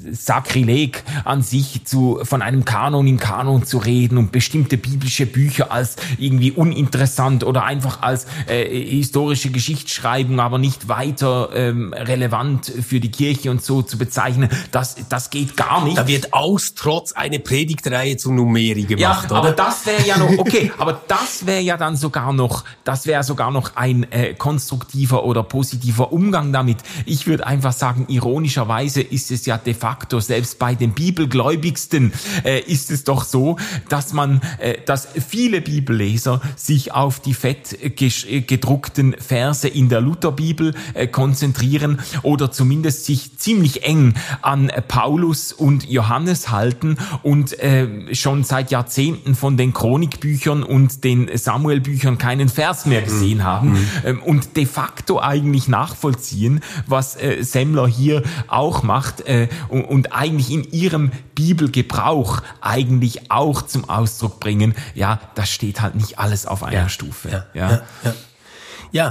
Sakrileg an sich, zu von einem Kanon im Kanon zu reden und bestimmte biblische Bücher als irgendwie uninteressant oder einfach als äh, historische Geschichtsschreibung, aber nicht weiter ähm, relevant für die Kirche und so zu bezeichnen. Das, das geht gar nicht. Da wird aus Trotz eine Predigtreihe zu Numeri gemacht, ja, aber oder? das wäre ja noch, okay, aber das wäre ja dann sogar noch, das wäre sogar noch ein äh, konstruktiver oder positiver Umgang damit. Ich würde einfach sagen, ironischerweise ist es ja de facto, selbst bei den Bibelgläubigsten äh, ist es doch so, dass man, äh, dass viele Bibelleser sich auf die fett gedruckten Verse in der Lutherbibel äh, konzentrieren oder zumindest sich ziemlich eng an Paulus und Johannes halten und äh, schon seit Jahrzehnten von den Chronikbüchern und den Samuelbüchern keinen Vers mehr gesehen haben mhm. ähm, und de facto eigentlich nachvollziehen, was äh, Semmler hier auch macht äh, und, und eigentlich in ihrem Bibelgebrauch eigentlich auch zum Ausdruck bringen, ja, das steht halt nicht alles auf einer ja. Stufe. Ja, ja. ja, ja. ja.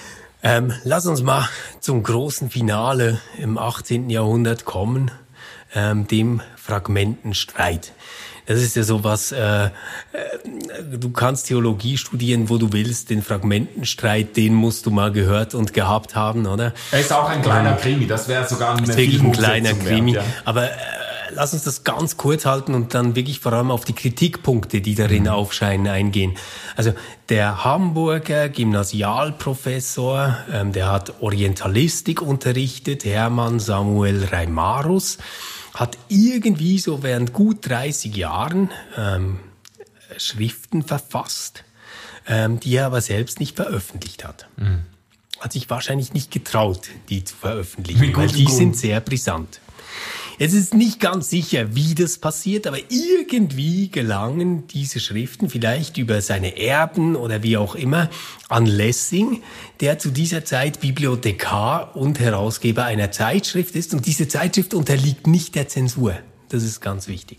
Ähm, lass uns mal zum großen Finale im achtzehnten Jahrhundert kommen, ähm, dem Fragmentenstreit. Das ist ja sowas, äh, äh, du kannst Theologie studieren, wo du willst, den Fragmentenstreit, den musst du mal gehört und gehabt haben, oder? Er ist auch ein kleiner Krimi, das wäre sogar eine wirklich ein kleiner Krimi, wert, ja. aber äh, lass uns das ganz kurz halten und dann wirklich vor allem auf die Kritikpunkte, die darin mhm. aufscheinen, eingehen. Also der Hamburger Gymnasialprofessor, ähm, der hat Orientalistik unterrichtet, Hermann Samuel Reimarus, hat irgendwie so während gut dreißig Jahren ähm, Schriften verfasst, ähm, die er aber selbst nicht veröffentlicht hat. Mhm. Hat sich wahrscheinlich nicht getraut, die zu veröffentlichen, weil die sind sehr brisant. Es ist nicht ganz sicher, wie das passiert, aber irgendwie gelangen diese Schriften vielleicht über seine Erben oder wie auch immer an Lessing, der zu dieser Zeit Bibliothekar und Herausgeber einer Zeitschrift ist. Und diese Zeitschrift unterliegt nicht der Zensur. Das ist ganz wichtig.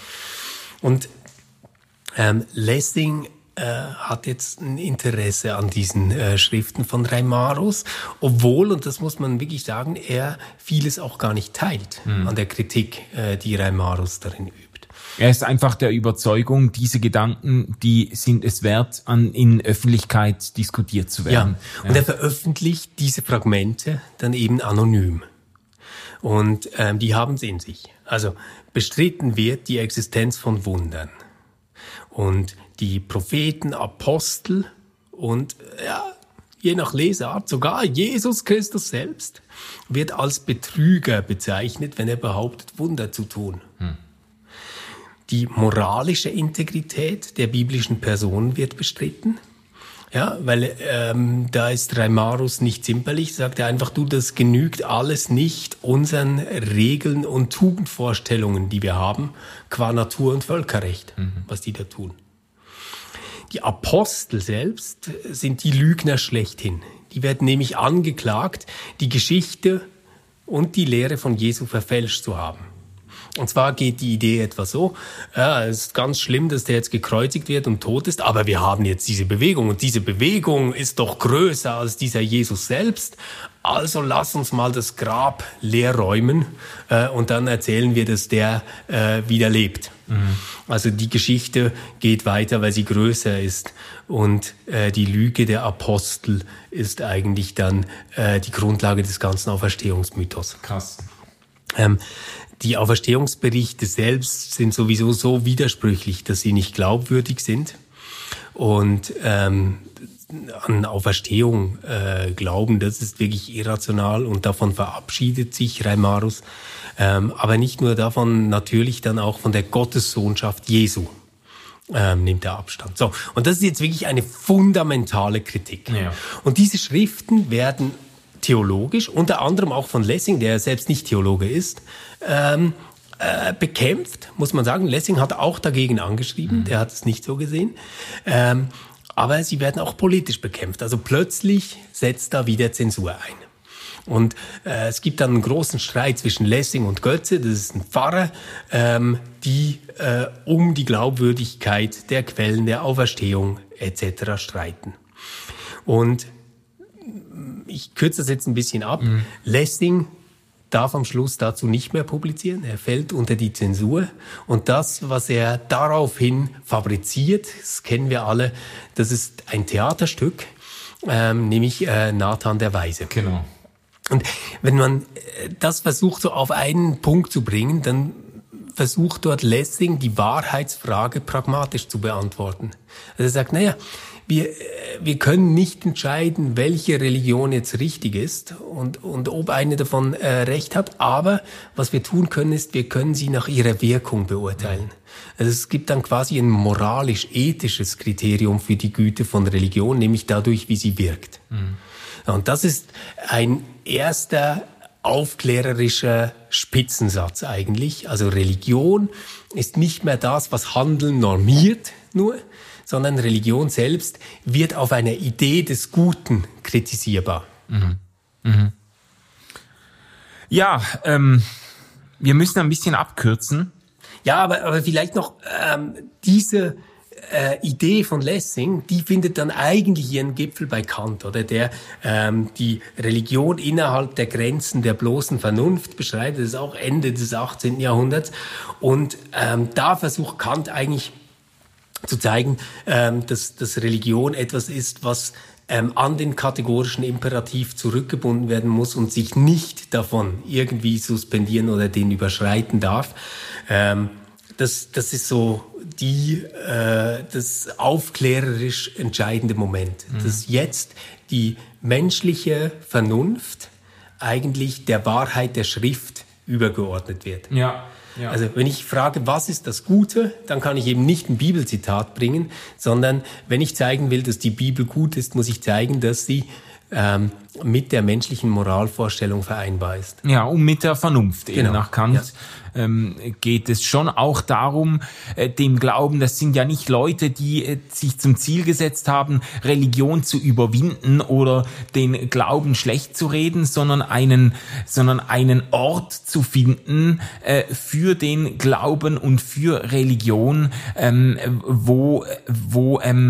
Und ähm, Lessing äh, hat jetzt ein Interesse an diesen äh, Schriften von Reimarus, obwohl, und das muss man wirklich sagen, er vieles auch gar nicht teilt mhm. an der Kritik, äh, die Reimarus darin übt. Er ist einfach der Überzeugung, diese Gedanken, die sind es wert, an in Öffentlichkeit diskutiert zu werden. Ja, und ja. er veröffentlicht diese Fragmente dann eben anonym. Und ähm, die haben es in sich. Also bestritten wird die Existenz von Wundern. Und die Propheten, Apostel und ja, je nach Lesart sogar Jesus Christus selbst wird als Betrüger bezeichnet, wenn er behauptet, Wunder zu tun. Hm. Die moralische Integrität der biblischen Personen wird bestritten. Ja, weil ähm, da ist Reimarus nicht zimperlich, sagt er einfach, du, das genügt alles nicht unseren Regeln und Tugendvorstellungen, die wir haben, qua Natur- und Völkerrecht, mhm. was die da tun. Die Apostel selbst sind die Lügner schlechthin. Die werden nämlich angeklagt, die Geschichte und die Lehre von Jesu verfälscht zu haben. Und zwar geht die Idee etwa so, ja, es ist ganz schlimm, dass der jetzt gekreuzigt wird und tot ist, aber wir haben jetzt diese Bewegung und diese Bewegung ist doch größer als dieser Jesus selbst. Also lass uns mal das Grab leer räumen äh, und dann erzählen wir, dass der äh, wieder lebt. Mhm. Also die Geschichte geht weiter, weil sie größer ist und äh, die Lüge der Apostel ist eigentlich dann äh, die Grundlage des ganzen Auferstehungsmythos. Krass. Ähm, Die Auferstehungsberichte selbst sind sowieso so widersprüchlich, dass sie nicht glaubwürdig sind. Und ähm, an Auferstehung äh, glauben, das ist wirklich irrational und davon verabschiedet sich Reimarus. Ähm, aber nicht nur davon, natürlich dann auch von der Gottessohnschaft Jesu ähm, nimmt er Abstand. So, und das ist jetzt wirklich eine fundamentale Kritik. Ja. Und diese Schriften werden theologisch, unter anderem auch von Lessing, der selbst nicht Theologe ist, ähm, äh, bekämpft, muss man sagen. Lessing hat auch dagegen angeschrieben, mhm. der hat es nicht so gesehen. Ähm, aber sie werden auch politisch bekämpft. Also plötzlich setzt da wieder Zensur ein. Und äh, es gibt dann einen großen Streit zwischen Lessing und Götze, das ist ein Pfarrer, ähm, die äh, um die Glaubwürdigkeit der Quellen der Auferstehung et cetera streiten. Und ich kürze das jetzt ein bisschen ab. Mhm. Lessing darf am Schluss dazu nicht mehr publizieren. Er fällt unter die Zensur. Und das, was er daraufhin fabriziert, das kennen wir alle, das ist ein Theaterstück, ähm, nämlich äh, Nathan der Weise. Genau. Und wenn man das versucht, so auf einen Punkt zu bringen, dann versucht dort Lessing, die Wahrheitsfrage pragmatisch zu beantworten. Also er sagt, naja, wir, wir können nicht entscheiden, welche Religion jetzt richtig ist und, und ob eine davon äh, recht hat, aber was wir tun können, ist, wir können sie nach ihrer Wirkung beurteilen. Also es gibt dann quasi ein moralisch-ethisches Kriterium für die Güte von Religion, nämlich dadurch, wie sie wirkt. Mhm. Und das ist ein erster aufklärerischer Spitzensatz eigentlich. Also Religion ist nicht mehr das, was Handeln normiert nur, sondern Religion selbst wird auf einer Idee des Guten kritisierbar. Mhm. Mhm. Ja, ähm, wir müssen ein bisschen abkürzen. Ja, aber, aber vielleicht noch ähm, diese Äh, Idee von Lessing, die findet dann eigentlich ihren Gipfel bei Kant, oder der ähm, die Religion innerhalb der Grenzen der bloßen Vernunft beschreibt. Das ist auch Ende des achtzehnten Jahrhunderts. Und ähm, da versucht Kant eigentlich zu zeigen, ähm, dass, dass Religion etwas ist, was ähm, an den kategorischen Imperativ zurückgebunden werden muss und sich nicht davon irgendwie suspendieren oder den überschreiten darf. Ähm, das, das ist so die, äh, das aufklärerisch entscheidende Moment, mhm. dass jetzt die menschliche Vernunft eigentlich der Wahrheit der Schrift übergeordnet wird. Ja, ja. Also wenn ich frage, was ist das Gute, dann kann ich eben nicht ein Bibelzitat bringen, sondern wenn ich zeigen will, dass die Bibel gut ist, muss ich zeigen, dass sie ähm, mit der menschlichen Moralvorstellung vereinbar ist. Ja, und mit der Vernunft. Eben genau. Nach Kant ja. ähm, geht es schon auch darum, äh, dem Glauben, das sind ja nicht Leute, die äh, sich zum Ziel gesetzt haben, Religion zu überwinden oder den Glauben schlecht zu reden, sondern einen, sondern einen Ort zu finden äh, für den Glauben und für Religion, ähm, wo, wo ähm,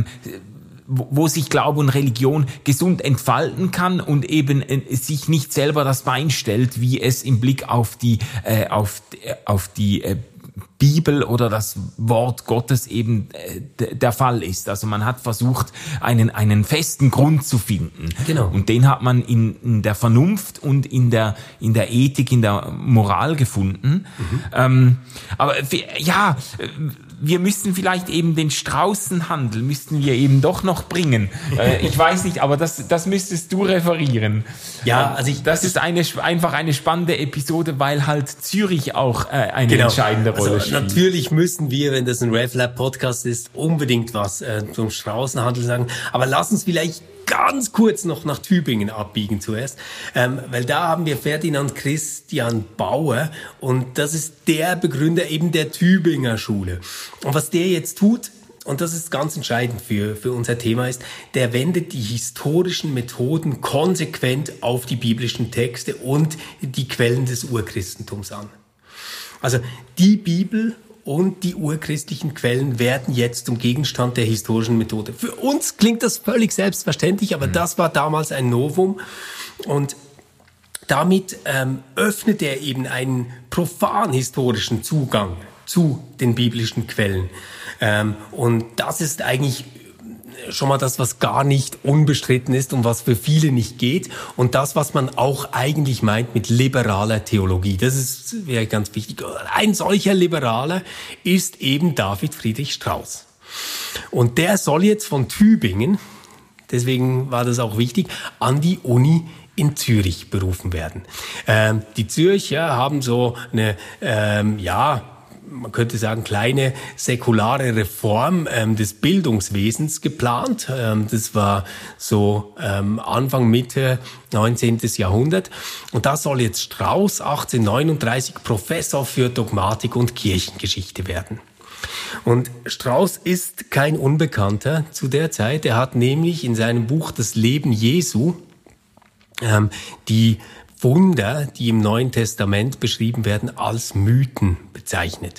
wo sich Glaube und Religion gesund entfalten kann und eben äh, sich nicht selber das Bein stellt, wie es im Blick auf die äh, auf auf die äh, Bibel oder das Wort Gottes eben äh, d- der Fall ist. Also man hat versucht, einen einen festen Grund zu finden. Genau. Und den hat man in, in der Vernunft und in der in der Ethik, in der Moral gefunden. Mhm. Ähm, aber ja, wir müssten vielleicht eben den Straußenhandel müssten wir eben doch noch bringen. Äh, ich weiß nicht, aber das das müsstest du referieren. Ja, also ich, das ist eine einfach eine spannende Episode, weil halt Zürich auch äh, eine genau. entscheidende Rolle also, spielt. Natürlich müssen wir, wenn das ein RevLab-Podcast ist, unbedingt was äh, zum Straußenhandel sagen. Aber lass uns vielleicht ganz kurz noch nach Tübingen abbiegen zuerst, ähm, weil da haben wir Ferdinand Christian Bauer und das ist der Begründer eben der Tübinger Schule. Und was der jetzt tut, und das ist ganz entscheidend für, für unser Thema, ist, der wendet die historischen Methoden konsequent auf die biblischen Texte und die Quellen des Urchristentums an. Also die Bibel und die urchristlichen Quellen werden jetzt zum Gegenstand der historischen Methode. Für uns klingt das völlig selbstverständlich, aber mhm. das war damals ein Novum. Und damit ähm, öffnet er eben einen profan-historischen Zugang zu den biblischen Quellen. Ähm, und das ist eigentlich schon mal das, was gar nicht unbestritten ist und was für viele nicht geht. Und das, was man auch eigentlich meint mit liberaler Theologie. Das ist wäre ganz wichtig. Ein solcher Liberaler ist eben David Friedrich Strauß. Und der soll jetzt von Tübingen deswegen war das auch wichtig, an die Uni in Zürich berufen werden. Ähm, die Zürcher haben so eine, ähm, ja, man könnte sagen, kleine säkulare Reform ähm, des Bildungswesens geplant. Ähm, das war so ähm, Anfang, Mitte neunzehnten. Jahrhundert. Und da soll jetzt Strauß achtzehnhundertneununddreißig Professor für Dogmatik und Kirchengeschichte werden. Und Strauß ist kein Unbekannter zu der Zeit. Er hat nämlich in seinem Buch Das Leben Jesu ähm, die Wunder, die im Neuen Testament beschrieben werden, als Mythen bezeichnet.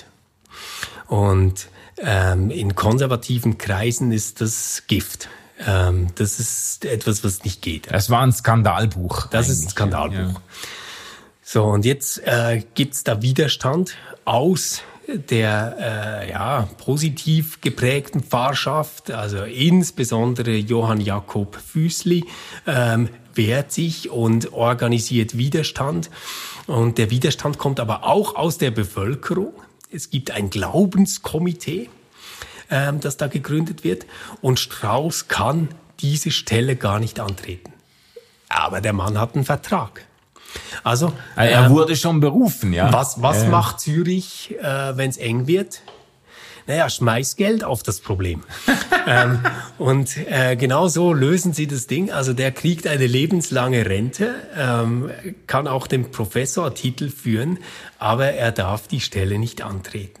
Und ähm, in konservativen Kreisen ist das Gift. Ähm, das ist etwas, was nicht geht. Das war ein Skandalbuch. Das ist ein Skandalbuch. Ja. So, und jetzt äh, gibt's da Widerstand aus der äh, ja positiv geprägten Pfarrschaft, also insbesondere Johann Jakob Füßli, ähm, wehrt sich und organisiert Widerstand. Und der Widerstand kommt aber auch aus der Bevölkerung. Es gibt ein Glaubenskomitee, ähm, das da gegründet wird. Und Strauß kann diese Stelle gar nicht antreten. Aber der Mann hat einen Vertrag. Also er ähm, wurde schon berufen, ja. Was, was äh. macht Zürich, äh, wenn es eng wird? Naja, Schmeißgeld auf das Problem. ähm, und äh, genau so lösen sie das Ding. Also der kriegt eine lebenslange Rente, ähm, kann auch den Professortitel führen, aber er darf die Stelle nicht antreten.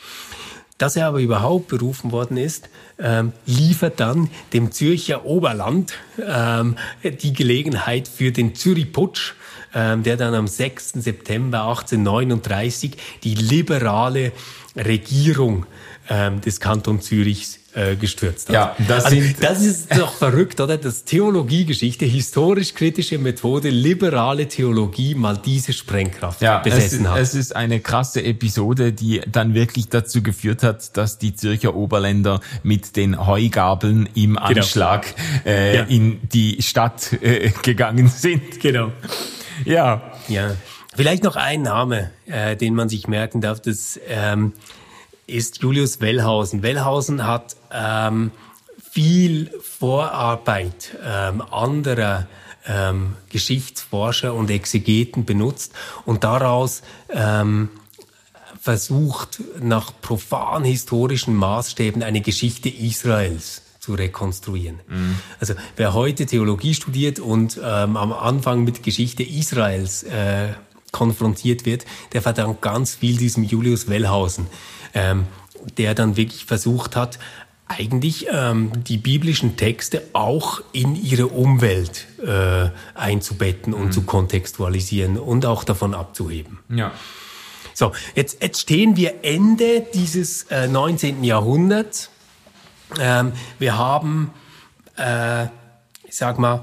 Dass er aber überhaupt berufen worden ist, ähm, liefert dann dem Zürcher Oberland ähm, die Gelegenheit für den Zürich-Putsch, ähm, der dann am sechsten September achtzehnhundertneununddreißig die liberale Regierung ähm, des Kantons Zürichs äh, gestürzt hat. Ja, das, also, sind das ist doch verrückt, oder? Dass Theologiegeschichte, historisch-kritische Methode, liberale Theologie mal diese Sprengkraft ja, besessen es ist, hat. Es ist eine krasse Episode, die dann wirklich dazu geführt hat, dass die Zürcher Oberländer mit den Heugabeln im Anschlag genau. äh, ja. in die Stadt äh, gegangen sind. Genau. Ja. Ja. Vielleicht noch ein Name, äh, den man sich merken darf, das ähm, ist Julius Wellhausen. Wellhausen hat ähm, viel Vorarbeit ähm, anderer ähm, Geschichtsforscher und Exegeten benutzt und daraus ähm, versucht, nach profan historischen Maßstäben eine Geschichte Israels zu rekonstruieren. Mhm. Also wer heute Theologie studiert und ähm, am Anfang mit Geschichte Israels äh, konfrontiert wird, der verdankt ganz viel diesem Julius Wellhausen, ähm, der dann wirklich versucht hat, eigentlich ähm, die biblischen Texte auch in ihre Umwelt äh, einzubetten und mhm. zu kontextualisieren und auch davon abzuheben. Ja. So, jetzt, jetzt stehen wir Ende dieses äh, neunzehnten. Jahrhunderts. Ähm, wir haben, äh, ich sag mal,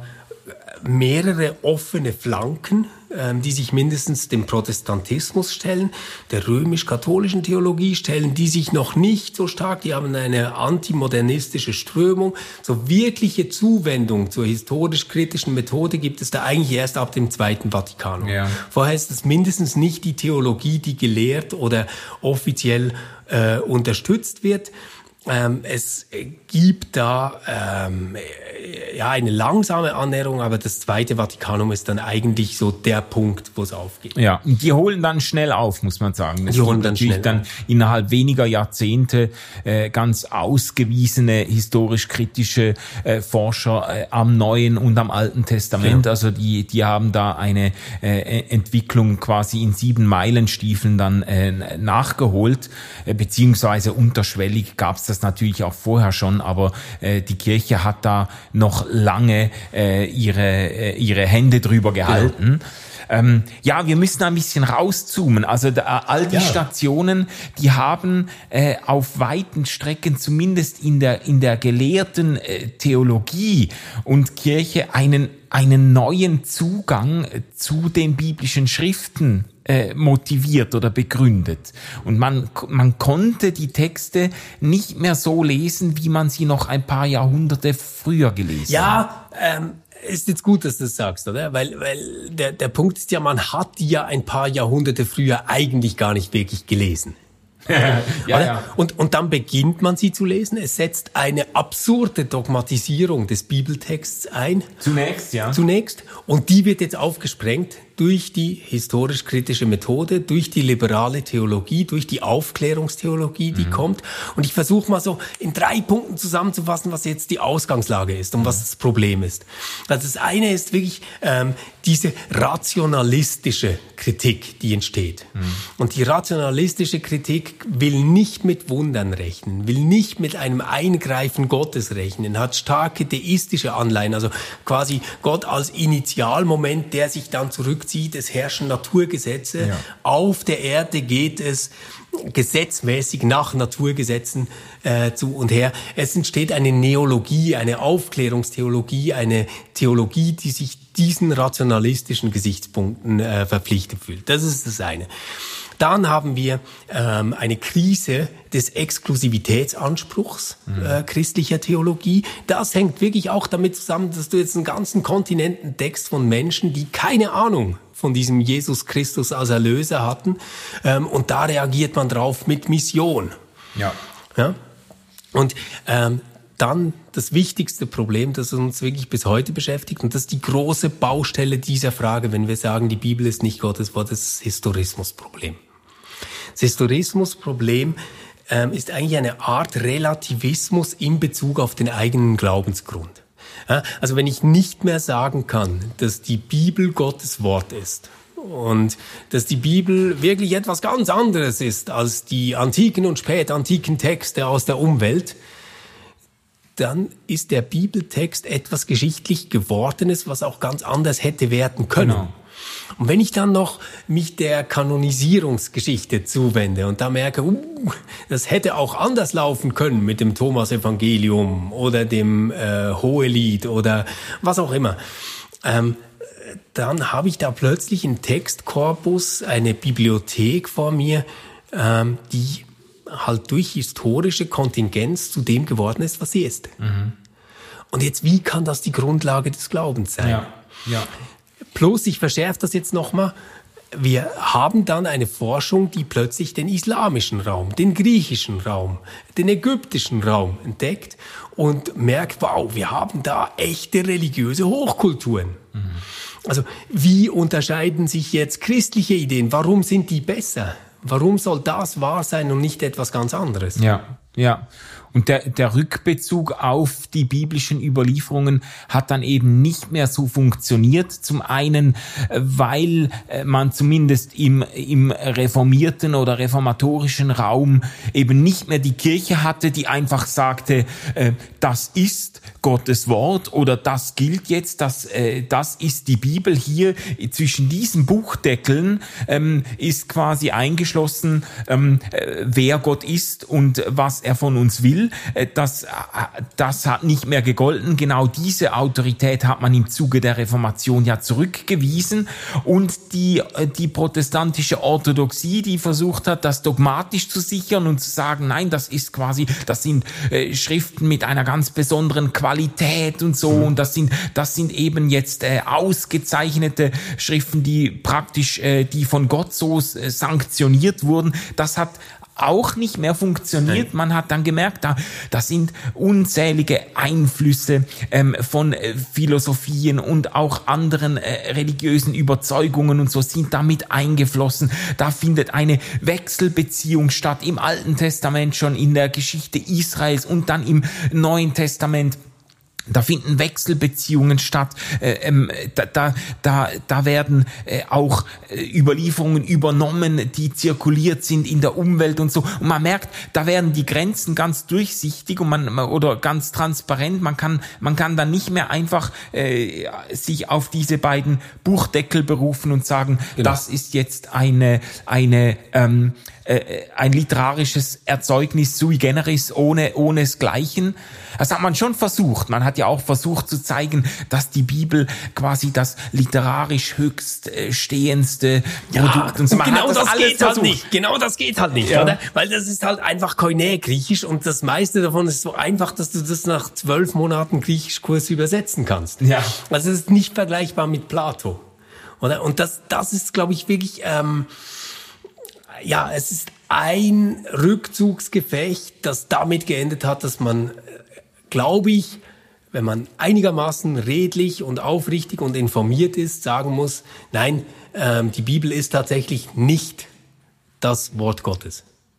mehrere offene Flanken, ähm, die sich mindestens dem Protestantismus stellen, der römisch-katholischen Theologie stellen, die sich noch nicht so stark, die haben eine antimodernistische Strömung. So wirkliche Zuwendung zur historisch-kritischen Methode gibt es da eigentlich erst ab dem Zweiten Vatikanum. Ja. Vorher ist es mindestens nicht die Theologie, die gelehrt oder offiziell äh, unterstützt wird. Ähm, es gibt da ähm, ja eine langsame Annäherung, aber das Zweite Vatikanum ist dann eigentlich so der Punkt, wo es aufgeht. Ja, und die holen dann schnell auf, muss man sagen. Es die holen gibt dann natürlich schnell dann auf. Innerhalb weniger Jahrzehnte äh, ganz ausgewiesene historisch-kritische äh, Forscher äh, am Neuen und am Alten Testament. Ja. Also die die haben da eine äh, Entwicklung quasi in sieben Meilenstiefeln dann äh, nachgeholt, äh, beziehungsweise unterschwellig gab es das natürlich auch vorher schon, aber äh, die Kirche hat da noch lange äh, ihre äh, ihre Hände drüber gehalten. Ja. Ähm, ja, wir müssen ein bisschen rauszoomen. Also da, all die ja. Stationen, die haben äh, auf weiten Strecken, zumindest in der in der gelehrten äh, Theologie und Kirche, einen einen neuen Zugang zu den biblischen Schriften äh, motiviert oder begründet. Und man man konnte die Texte nicht mehr so lesen, wie man sie noch ein paar Jahrhunderte früher gelesen ja, hat. Ja, ähm, ist jetzt gut, dass du das sagst, oder? Weil weil der der Punkt ist ja, man hat die ja ein paar Jahrhunderte früher eigentlich gar nicht wirklich gelesen. ja, ja. Und, und dann beginnt man sie zu lesen. Es setzt eine absurde Dogmatisierung des Bibeltexts ein. Zunächst, ja. Zunächst. Und die wird jetzt aufgesprengt durch die historisch-kritische Methode, durch die liberale Theologie, durch die Aufklärungstheologie, die mhm. kommt. Und ich versuche mal so in drei Punkten zusammenzufassen, was jetzt die Ausgangslage ist und mhm. was das Problem ist. Also das eine ist wirklich ähm, diese rationalistische Kritik, die entsteht. Mhm. Und die rationalistische Kritik will nicht mit Wundern rechnen, will nicht mit einem Eingreifen Gottes rechnen, hat starke deistische Anleihen, also quasi Gott als Initialmoment, der sich dann zurückzieht, es herrschen Naturgesetze, ja. Auf der Erde geht es gesetzmäßig nach Naturgesetzen äh, zu und her. Es entsteht eine Neologie, eine Aufklärungstheologie, eine Theologie, die sich diesen rationalistischen Gesichtspunkten äh, verpflichtet fühlt. Das ist das eine. Dann haben wir ähm, eine Krise des Exklusivitätsanspruchs äh, christlicher Theologie. Das hängt wirklich auch damit zusammen, dass du jetzt einen ganzen Kontinent entdeckst von Menschen, die keine Ahnung von diesem Jesus Christus als Erlöser hatten. Ähm, und da reagiert man drauf mit Mission. Ja. Ja? Und ähm, dann das wichtigste Problem, das uns wirklich bis heute beschäftigt, und das ist die große Baustelle dieser Frage, wenn wir sagen, die Bibel ist nicht Gottes Wort, das ist das Historismusproblem. Das Historismusproblem ähm, ist eigentlich eine Art Relativismus in Bezug auf den eigenen Glaubensgrund. Ja, also wenn ich nicht mehr sagen kann, dass die Bibel Gottes Wort ist und dass die Bibel wirklich etwas ganz anderes ist als die antiken und spätantiken Texte aus der Umwelt, dann ist der Bibeltext etwas geschichtlich Gewordenes, was auch ganz anders hätte werden können. Genau. Und wenn ich dann noch mich der Kanonisierungsgeschichte zuwende und da merke, uh, das hätte auch anders laufen können mit dem Thomas-Evangelium oder dem äh, Hohelied oder was auch immer, ähm, dann habe ich da plötzlich einen Textkorpus, eine Bibliothek vor mir, ähm, die halt durch historische Kontingenz zu dem geworden ist, was sie ist. Mhm. Und jetzt, wie kann das die Grundlage des Glaubens sein? Ja, ja. Plus, ich verschärfe das jetzt nochmal, wir haben dann eine Forschung, die plötzlich den islamischen Raum, den griechischen Raum, den ägyptischen Raum entdeckt und merkt, wow, wir haben da echte religiöse Hochkulturen. Mhm. Also, wie unterscheiden sich jetzt christliche Ideen? Warum sind die besser? Warum soll das wahr sein und nicht etwas ganz anderes? Ja, ja. Und der, der Rückbezug auf die biblischen Überlieferungen hat dann eben nicht mehr so funktioniert. Zum einen, weil man zumindest im, im reformierten oder reformatorischen Raum eben nicht mehr die Kirche hatte, die einfach sagte, äh, das ist Gottes Wort oder das gilt jetzt, das, äh, das ist die Bibel. Hier zwischen diesen Buchdeckeln ähm, ist quasi eingeschlossen, ähm, wer Gott ist und was er von uns will. Das, das hat nicht mehr gegolten. Genau diese Autorität hat man im Zuge der Reformation ja zurückgewiesen. Und die, die protestantische Orthodoxie, die versucht hat, das dogmatisch zu sichern und zu sagen, nein, das ist quasi, das sind äh, Schriften mit einer ganz besonderen Qualität und so. Und das sind, das sind eben jetzt äh, ausgezeichnete Schriften, die praktisch, äh, die von Gott so äh, sanktioniert wurden. Das hat auch nicht mehr funktioniert. Man hat dann gemerkt, da, da sind unzählige Einflüsse ähm, von äh, Philosophien und auch anderen äh, religiösen Überzeugungen und so sind damit eingeflossen. Da findet eine Wechselbeziehung statt im Alten Testament schon, in der Geschichte Israels und dann im Neuen Testament. Da finden Wechselbeziehungen statt, äh, ähm, da, da, da, da werden äh, auch äh, Überlieferungen übernommen, die zirkuliert sind in der Umwelt und so. Und man merkt, da werden die Grenzen ganz durchsichtig und man oder ganz transparent. Man kann, man kann dann nicht mehr einfach äh, sich auf diese beiden Buchdeckel berufen und sagen, genau, das ist jetzt eine eine ähm, äh, ein literarisches Erzeugnis sui generis ohne ohnesgleichen. Das hat man schon versucht. Man hat ja auch versucht zu zeigen, dass die Bibel quasi das literarisch höchst äh, stehendste ja, Produkt und so. Man genau hat das, das geht versucht. halt nicht. Genau das geht halt nicht, ja, oder? Weil das ist halt einfach Koine-Griechisch und das meiste davon ist so einfach, dass du das nach zwölf Monaten Griechischkurs übersetzen kannst. Ja. Also es ist nicht vergleichbar mit Plato, oder? Und das, das ist, glaube ich, wirklich, ähm, ja, es ist ein Rückzugsgefecht, das damit geendet hat, dass man, glaube ich, wenn man einigermaßen redlich und aufrichtig und informiert ist, sagen muss, nein, ähm, die Bibel ist tatsächlich nicht das Wort Gottes.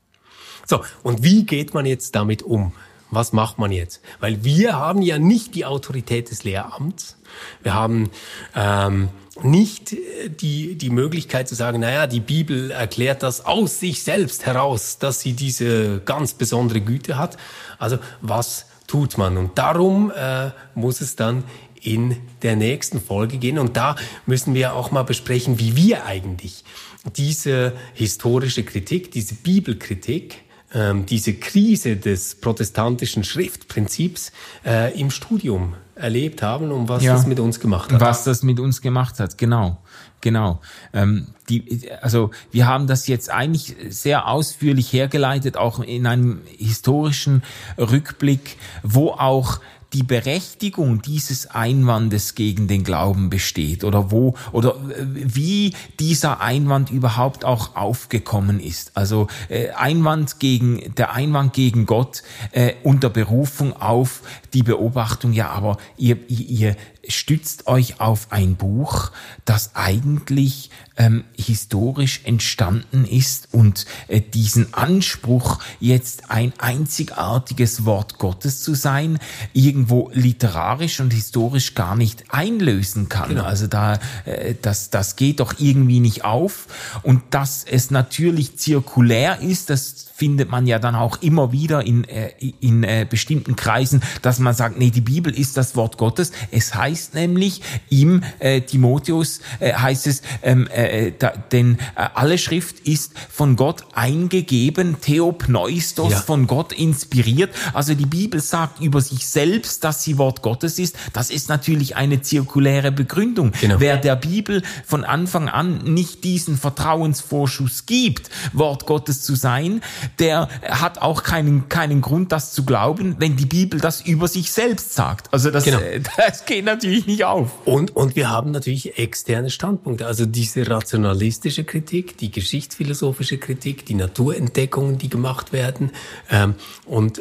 So, und wie geht man jetzt damit um? Was macht man jetzt? Weil wir haben ja nicht die Autorität des Lehramts. Wir haben ähm, nicht die die Möglichkeit zu sagen, naja, die Bibel erklärt das aus sich selbst heraus, dass sie diese ganz besondere Güte hat. Also was tut man? Und darum äh, muss es dann in der nächsten Folge gehen. Und da müssen wir auch mal besprechen, wie wir eigentlich diese historische Kritik, diese Bibelkritik, ähm, diese Krise des protestantischen Schriftprinzips äh, im Studium erlebt haben und was ja, das mit uns gemacht hat. Was das mit uns gemacht hat, genau. Genau. Ähm, die, also wir haben das jetzt eigentlich sehr ausführlich hergeleitet, auch in einem historischen Rückblick, wo auch die Berechtigung dieses Einwandes gegen den Glauben besteht oder wo oder wie dieser Einwand überhaupt auch aufgekommen ist. Also äh, Einwand gegen der Einwand gegen Gott äh, unter Berufung auf die Beobachtung, ja, aber ihr ihr, ihr stützt euch auf ein Buch, das eigentlich ähm, historisch entstanden ist und äh, diesen Anspruch, jetzt ein einzigartiges Wort Gottes zu sein, irgendwo literarisch und historisch gar nicht einlösen kann. Genau. Also da, äh, das, das geht doch irgendwie nicht auf. Und dass es natürlich zirkulär ist, das findet man ja dann auch immer wieder in, äh, in äh, bestimmten Kreisen, dass man sagt, nee, die Bibel ist das Wort Gottes. Es heißt nämlich im äh, Timotheus, äh, heißt es, ähm, äh, da, denn äh, alle Schrift ist von Gott eingegeben, Theopneustos, ja. von Gott inspiriert. Also die Bibel sagt über sich selbst, dass sie Wort Gottes ist. Das ist natürlich eine zirkuläre Begründung. Genau. Wer der Bibel von Anfang an nicht diesen Vertrauensvorschuss gibt, Wort Gottes zu sein, der hat auch keinen keinen Grund, das zu glauben, wenn die Bibel das über sich selbst sagt. Also das, genau. äh, das geht natürlich nicht auf. Und und wir haben natürlich externe Standpunkte. Also diese rationalistische Kritik, die geschichtsphilosophische Kritik, die Naturentdeckungen, die gemacht werden ähm, und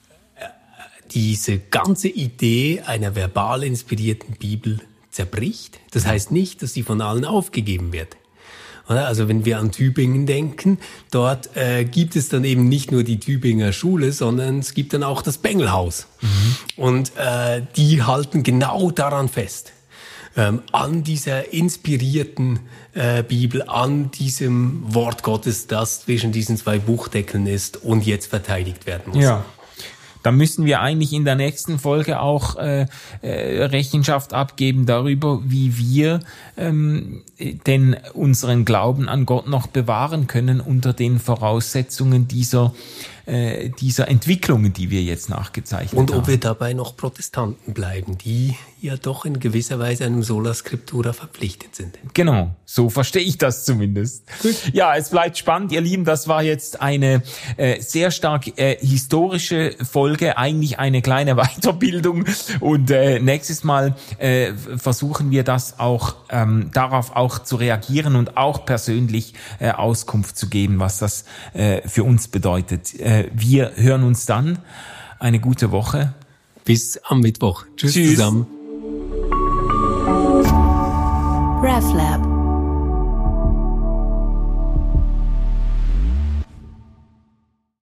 diese ganze Idee einer verbal inspirierten Bibel zerbricht. Das heißt nicht, dass sie von allen aufgegeben wird. Also wenn wir an Tübingen denken, dort äh, gibt es dann eben nicht nur die Tübinger Schule, sondern es gibt dann auch das Bengelhaus. Mhm. Und äh, die halten genau daran fest, ähm, an dieser inspirierten äh, Bibel, an diesem Wort Gottes, das zwischen diesen zwei Buchdeckeln ist und jetzt verteidigt werden muss. Ja. Da müssen wir eigentlich in der nächsten Folge auch äh, äh, Rechenschaft abgeben darüber, wie wir ähm, denn unseren Glauben an Gott noch bewahren können unter den Voraussetzungen dieser äh, dieser Entwicklungen, die wir jetzt nachgezeichnet haben. Und ob wir dabei noch Protestanten bleiben, die ja doch in gewisser Weise einem Sola Scriptura verpflichtet sind. Genau, so verstehe ich das zumindest. Gut. Ja, es bleibt spannend, ihr Lieben, das war jetzt eine äh, sehr stark äh, historische Folge, eigentlich eine kleine Weiterbildung und äh, nächstes Mal äh, versuchen wir das auch, ähm, darauf auch zu reagieren und auch persönlich äh, Auskunft zu geben, was das äh, für uns bedeutet. Äh, wir hören uns dann. Eine gute Woche. Bis am Mittwoch. Tschüss, Tschüss. zusammen. RefLab